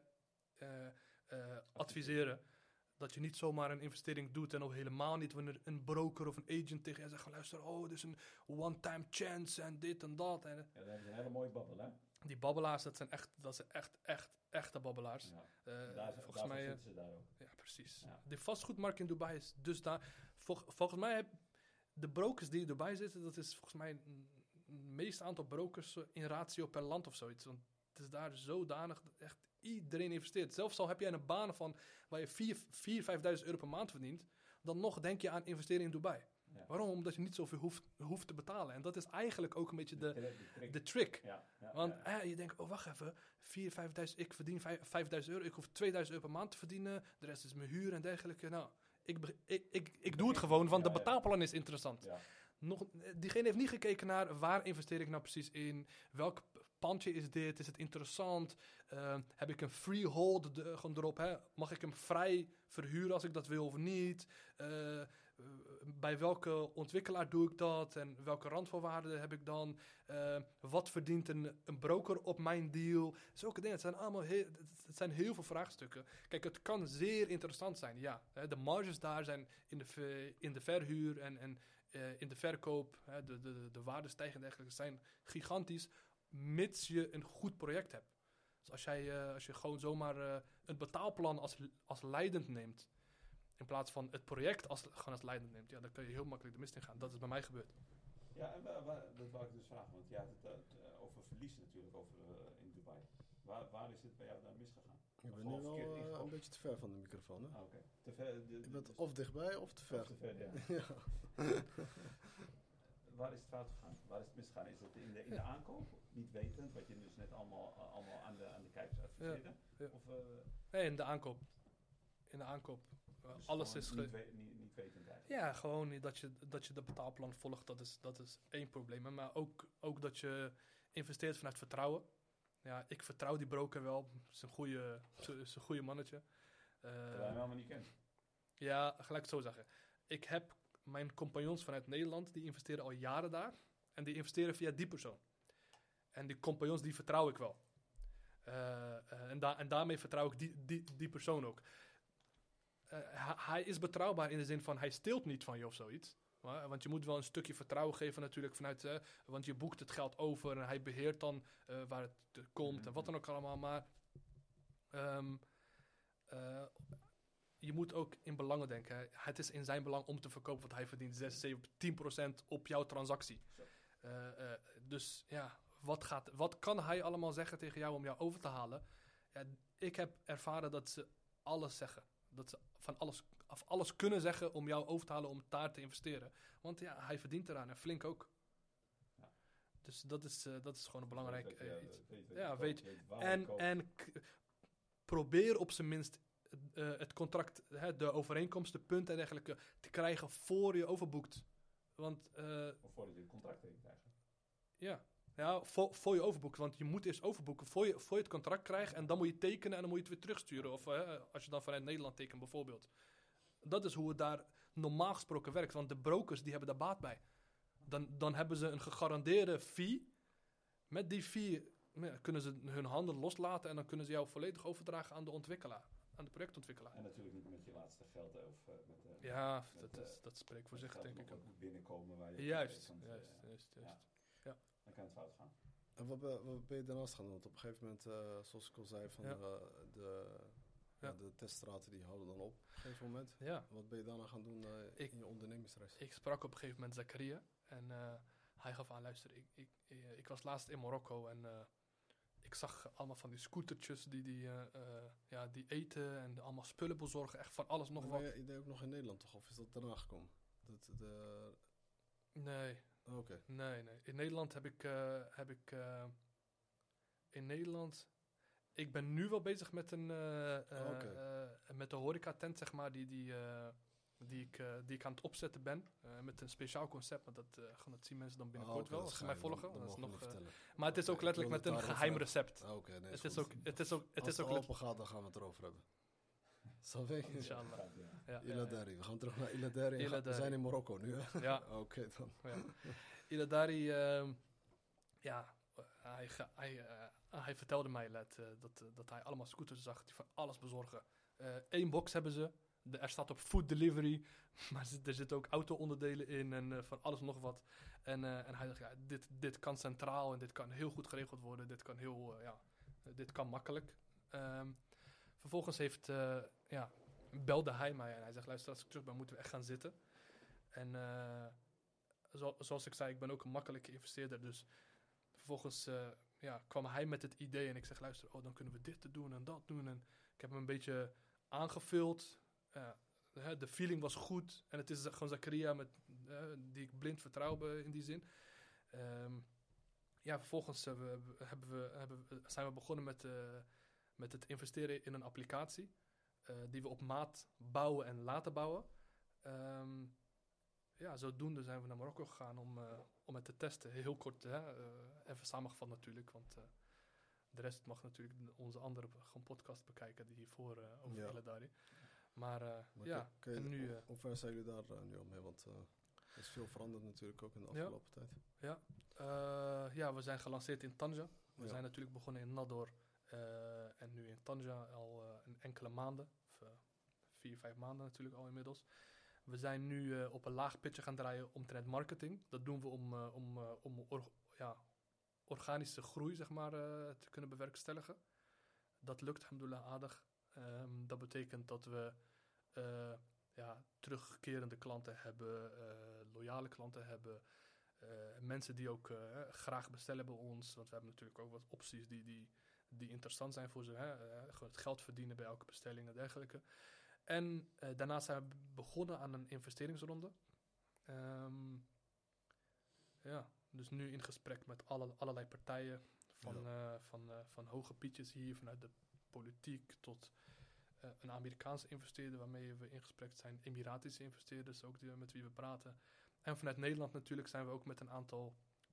Speaker 1: adviseren. Dat je niet zomaar een investering doet en ook helemaal niet wanneer een broker of een agent tegen je zegt van luister, dit is een one-time chance en dit en dat. En,
Speaker 4: dat is een hele mooie babbel, hè?
Speaker 1: Die babbelaars, dat zijn echte babbelaars.
Speaker 4: Ja. Volgens mij zitten ze daar ook.
Speaker 1: Ja, precies.
Speaker 4: Ja.
Speaker 1: De vastgoedmarkt in Dubai is dus daar. Volgens mij de brokers die in Dubai zitten, dat is volgens mij het meeste aantal brokers in ratio per land of zoiets. Want het is daar zodanig dat echt iedereen investeert. Zelfs al heb jij een baan van waar je 4.000-5.000 euro per maand verdient, dan nog denk je aan investeren in Dubai. Ja. Waarom? Omdat je niet zoveel hoeft te betalen. En dat is eigenlijk ook een beetje de trick.
Speaker 4: Ja,
Speaker 1: want je denkt, wacht even, 4.000-5.000, ik verdien 5.000 euro, ik hoef 2.000 euro per maand te verdienen, de rest is mijn huur en dergelijke. Nou, ik doe het gewoon, want de betaalplan is interessant. Ja. Diegene heeft niet gekeken naar waar investeer ik nou precies in, welk pandje is dit, is het interessant, heb ik een freehold gewoon erop, mag ik hem vrij verhuren als ik dat wil of niet, bij welke ontwikkelaar doe ik dat en welke randvoorwaarden heb ik dan, wat verdient een broker op mijn deal, zulke dingen. Het zijn heel veel vraagstukken. Kijk, het kan zeer interessant zijn, ja. De marges daar zijn in de verhuur en in de verkoop, de waardestijging en dergelijke zijn gigantisch, mits je een goed project hebt. Dus als je gewoon zomaar een betaalplan als leidend neemt, in plaats van het project gewoon als leidend neemt, dan kun je heel makkelijk de mist in gaan. Dat is bij mij gebeurd.
Speaker 4: Ja, en dat wou ik dus vragen, want je had het over verlies natuurlijk in Dubai. Waar is het bij jou dan misgegaan?
Speaker 2: Ik ben nu wel een beetje te ver van de microfoon, hè?
Speaker 4: Oké. Te ver.
Speaker 2: Je bent of dichtbij of te ver.
Speaker 4: Of te ver, ja. Waar is het fout gegaan? Waar is het misgegaan? Is het in de aankoop? Niet wetend, wat je dus net allemaal aan de kijkers adviseerde?
Speaker 1: Ja.
Speaker 4: Of,
Speaker 1: nee, in de aankoop. In de aankoop.
Speaker 4: Dus
Speaker 1: alles is
Speaker 4: niet wetend eigenlijk.
Speaker 1: Ja, gewoon dat je de betaalplan volgt, dat is één probleem. Maar ook dat je investeert vanuit vertrouwen. Ja, ik vertrouw die broker wel. Het is een goede mannetje.
Speaker 4: Terwijl je hem helemaal niet kent.
Speaker 1: Ja, gelijk zo zeggen. Ik heb mijn compagnons vanuit Nederland, die investeren al jaren daar. En die investeren via die persoon. En die compagnons, die vertrouw ik wel. En daarmee vertrouw ik die persoon ook. Hij is betrouwbaar in de zin van, hij steelt niet van je of zoiets. Want je moet wel een stukje vertrouwen geven natuurlijk vanuit... want je boekt het geld over en hij beheert dan waar het komt en wat dan ook allemaal. Maar je moet ook in belangen denken. Hè. Het is in zijn belang om te verkopen, want hij verdient 6, 7, 10% op jouw transactie. Dus ja, wat kan hij allemaal zeggen tegen jou om jou over te halen? Ja, ik heb ervaren dat ze alles zeggen. Dat ze van alles kunnen zeggen om jou over te halen om daar te investeren. Want ja, hij verdient eraan en flink ook.
Speaker 4: Ja.
Speaker 1: Dus dat is gewoon een belangrijk iets.
Speaker 4: Weet
Speaker 1: En probeer op zijn minst het contract, de overeenkomst, de punten en dergelijke te krijgen voor je overboekt. Want...
Speaker 4: of voordat je het contract heeft eigenlijk.
Speaker 1: Ja, voor je overboekt. Want je moet eerst overboeken voor je het contract krijgt. En dan moet je tekenen en dan moet je het weer terugsturen. Of als je dan vanuit Nederland tekent bijvoorbeeld. Dat is hoe het daar normaal gesproken werkt. Want de brokers die hebben daar baat bij. Dan hebben ze een gegarandeerde fee. Met die fee kunnen ze hun handen loslaten. En dan kunnen ze jou volledig overdragen aan de ontwikkelaar. Aan de projectontwikkelaar.
Speaker 4: En natuurlijk niet met je laatste geld. Of
Speaker 1: dat spreekt voor zich denk ik ook.
Speaker 4: Moet binnenkomen waar je...
Speaker 1: Juist.
Speaker 4: Dan kan het fout gaan.
Speaker 2: En wat ben je daarnaast gaan doen? Want op een gegeven moment, zoals ik al zei, van de teststraten die houden dan op. Op een gegeven moment.
Speaker 1: Ja.
Speaker 2: Wat ben je daarna gaan doen in je ondernemingsreis?
Speaker 1: Ik sprak op een gegeven moment Zakaria. En hij gaf aan, luister, ik was laatst in Marokko en ik zag allemaal van die scootertjes die eten en allemaal spullen bezorgen. Echt van alles nog wat.
Speaker 2: Je deed ook nog in Nederland toch? Of is dat daarna gekomen?
Speaker 1: Nee.
Speaker 2: Oh, oké.
Speaker 1: Nee. In Nederland heb ik in Nederland... Ik ben nu wel bezig met met de horecatent, zeg maar, die ik aan het opzetten ben. Met een speciaal concept, maar dat zien mensen dan binnenkort wel, als ze mij volgen.
Speaker 2: Dat is nog,
Speaker 1: maar het is ook letterlijk met een geheim recept.
Speaker 2: Oké, nee,
Speaker 1: het is ook
Speaker 2: als het open gaat, dan gaan we het erover hebben. Zal ik?
Speaker 1: Inshallah. Ja,
Speaker 2: Iladari. We gaan terug naar Iladari. We zijn in Marokko nu, hè?
Speaker 1: Ja.
Speaker 2: Oké, dan.
Speaker 1: Ja. Iladari, hij vertelde mij dat hij allemaal scooters zag die van alles bezorgen. 1 box hebben ze. Er staat op food delivery. Maar er zitten ook auto-onderdelen in en van alles nog wat. En hij dacht, dit kan centraal en dit kan heel goed geregeld worden. Dit kan makkelijk. Vervolgens belde hij mij en hij zegt, luister, als ik terug ben, moeten we echt gaan zitten. En zoals ik zei, ik ben ook een makkelijke investeerder. Dus vervolgens kwam hij met het idee en ik zeg, luister, dan kunnen we dit doen en dat doen. En ik heb hem een beetje aangevuld. De feeling was goed. En het is gewoon Zakaria die ik blind vertrouw in die zin. Vervolgens zijn we begonnen met het investeren in een applicatie. Die we op maat bouwen en laten bouwen. Zodoende zijn we naar Marokko gegaan om het te testen. Heel kort, even samengevat natuurlijk. Want de rest mag natuurlijk onze andere podcast bekijken die hiervoor over Iladari. Maar en nu...
Speaker 2: Hoe ver zijn jullie daar nu al mee? Want er is veel veranderd natuurlijk ook in de afgelopen tijd.
Speaker 1: Ja. We zijn gelanceerd in Tanja. We zijn natuurlijk begonnen in Nador. En nu in Tanja al een enkele maanden. 4-5 maanden natuurlijk al inmiddels. We zijn nu op een laag pitje gaan draaien omtrent marketing. Dat doen we om organische groei, zeg maar, te kunnen bewerkstelligen. Dat lukt, alhamdulillah, aardig. Dat betekent dat we terugkerende klanten hebben, loyale klanten hebben. Mensen die ook graag bestellen bij ons. Want we hebben natuurlijk ook wat opties die interessant zijn voor ze. Gewoon het geld verdienen bij elke bestelling en dergelijke. En daarnaast zijn we begonnen aan een investeringsronde. Dus nu in gesprek met allerlei partijen. Van hoge pietjes hier, vanuit de politiek tot een Amerikaanse investeerder waarmee we in gesprek zijn. Emiratische investeerders, ook met wie we praten. En vanuit Nederland natuurlijk zijn we ook met een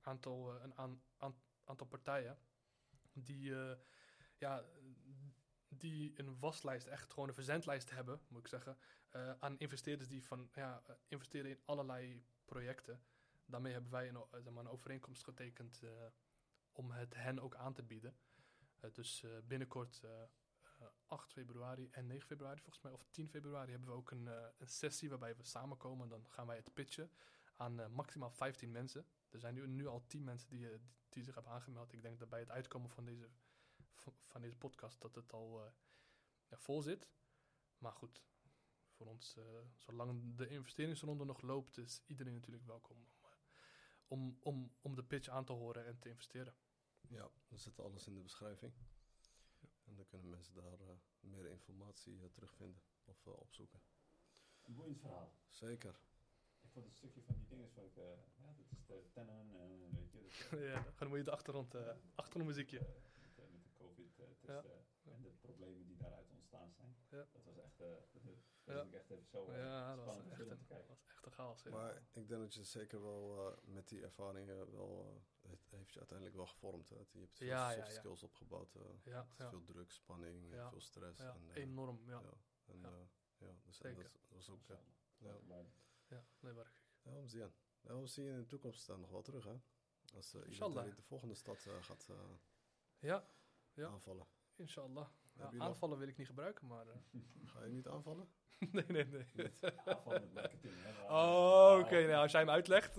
Speaker 1: aantal partijen die die een waslijst, echt gewoon een verzendlijst hebben, moet ik zeggen, aan investeerders die investeren in allerlei projecten. Daarmee hebben wij een overeenkomst getekend om het hen ook aan te bieden. Dus binnenkort 8 februari en 9 februari volgens mij, of 10 februari, hebben we ook een sessie waarbij we samenkomen. Dan gaan wij het pitchen aan maximaal 15 mensen. Er zijn nu al 10 mensen die zich hebben aangemeld. Ik denk dat bij het uitkomen van deze podcast dat het al vol zit. Maar goed, voor ons, zolang de investeringsronde nog loopt, is iedereen natuurlijk welkom om de pitch aan te horen en te investeren.
Speaker 2: Ja, er zit alles in de beschrijving. En dan kunnen mensen daar meer informatie terugvinden of opzoeken.
Speaker 4: Een boeiend verhaal.
Speaker 2: Zeker.
Speaker 4: Ik vond het stukje van die dingen, dat is de tennen en weet je.
Speaker 1: Ja, dan moet je de achtergrondmuziekje.
Speaker 4: Met de COVID-testen
Speaker 1: Ja.
Speaker 4: en de problemen die daaruit ontstaan zijn.
Speaker 1: Ja.
Speaker 4: Dat was echt, dat
Speaker 1: Ja.
Speaker 4: was ik echt even zo
Speaker 1: Ja, dat was
Speaker 4: spannend
Speaker 1: echt
Speaker 4: om te kijken.
Speaker 1: een chaos. Ja.
Speaker 2: Maar ik denk dat je zeker wel met die ervaringen wel... het heeft je uiteindelijk wel gevormd. Hè? Je hebt veel soft skills opgebouwd.
Speaker 1: Ja, ja.
Speaker 2: Veel druk, spanning,
Speaker 1: Ja.
Speaker 2: veel stress.
Speaker 1: Ja,
Speaker 2: En,
Speaker 1: enorm, ja.
Speaker 2: En, dus
Speaker 1: Zeker.
Speaker 2: dat was ook... ja.
Speaker 1: Ja, nee, werk.
Speaker 2: Ja, we zien. Ja, we zien je in de toekomst nog wel terug, hè? Als
Speaker 1: Inshallah.
Speaker 2: iedereen de volgende stad gaat
Speaker 1: Ja,
Speaker 2: aanvallen.
Speaker 1: inshallah. Ja,
Speaker 2: Heb je nog-
Speaker 1: aanvallen wil ik niet gebruiken, maar...
Speaker 2: Ga je niet aanvallen?
Speaker 1: nee.
Speaker 4: Aanval met marketing. Hè,
Speaker 1: Oh, oké. Nou, als jij hem uitlegt.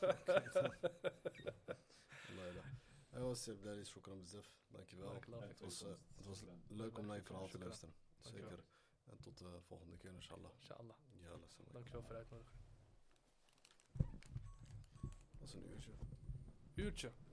Speaker 2: Seb Dali, shukran bezef. Dankjewel.
Speaker 1: Dankjewel.
Speaker 2: Het was leuk om naar je verhaal te luisteren. Zeker. En tot de volgende keer, inshallah.
Speaker 1: Inshallah.
Speaker 2: Ja, assalamu
Speaker 1: Dankjewel voor de uitnodiging.
Speaker 2: Dat was een uurtje.
Speaker 1: Uurtje.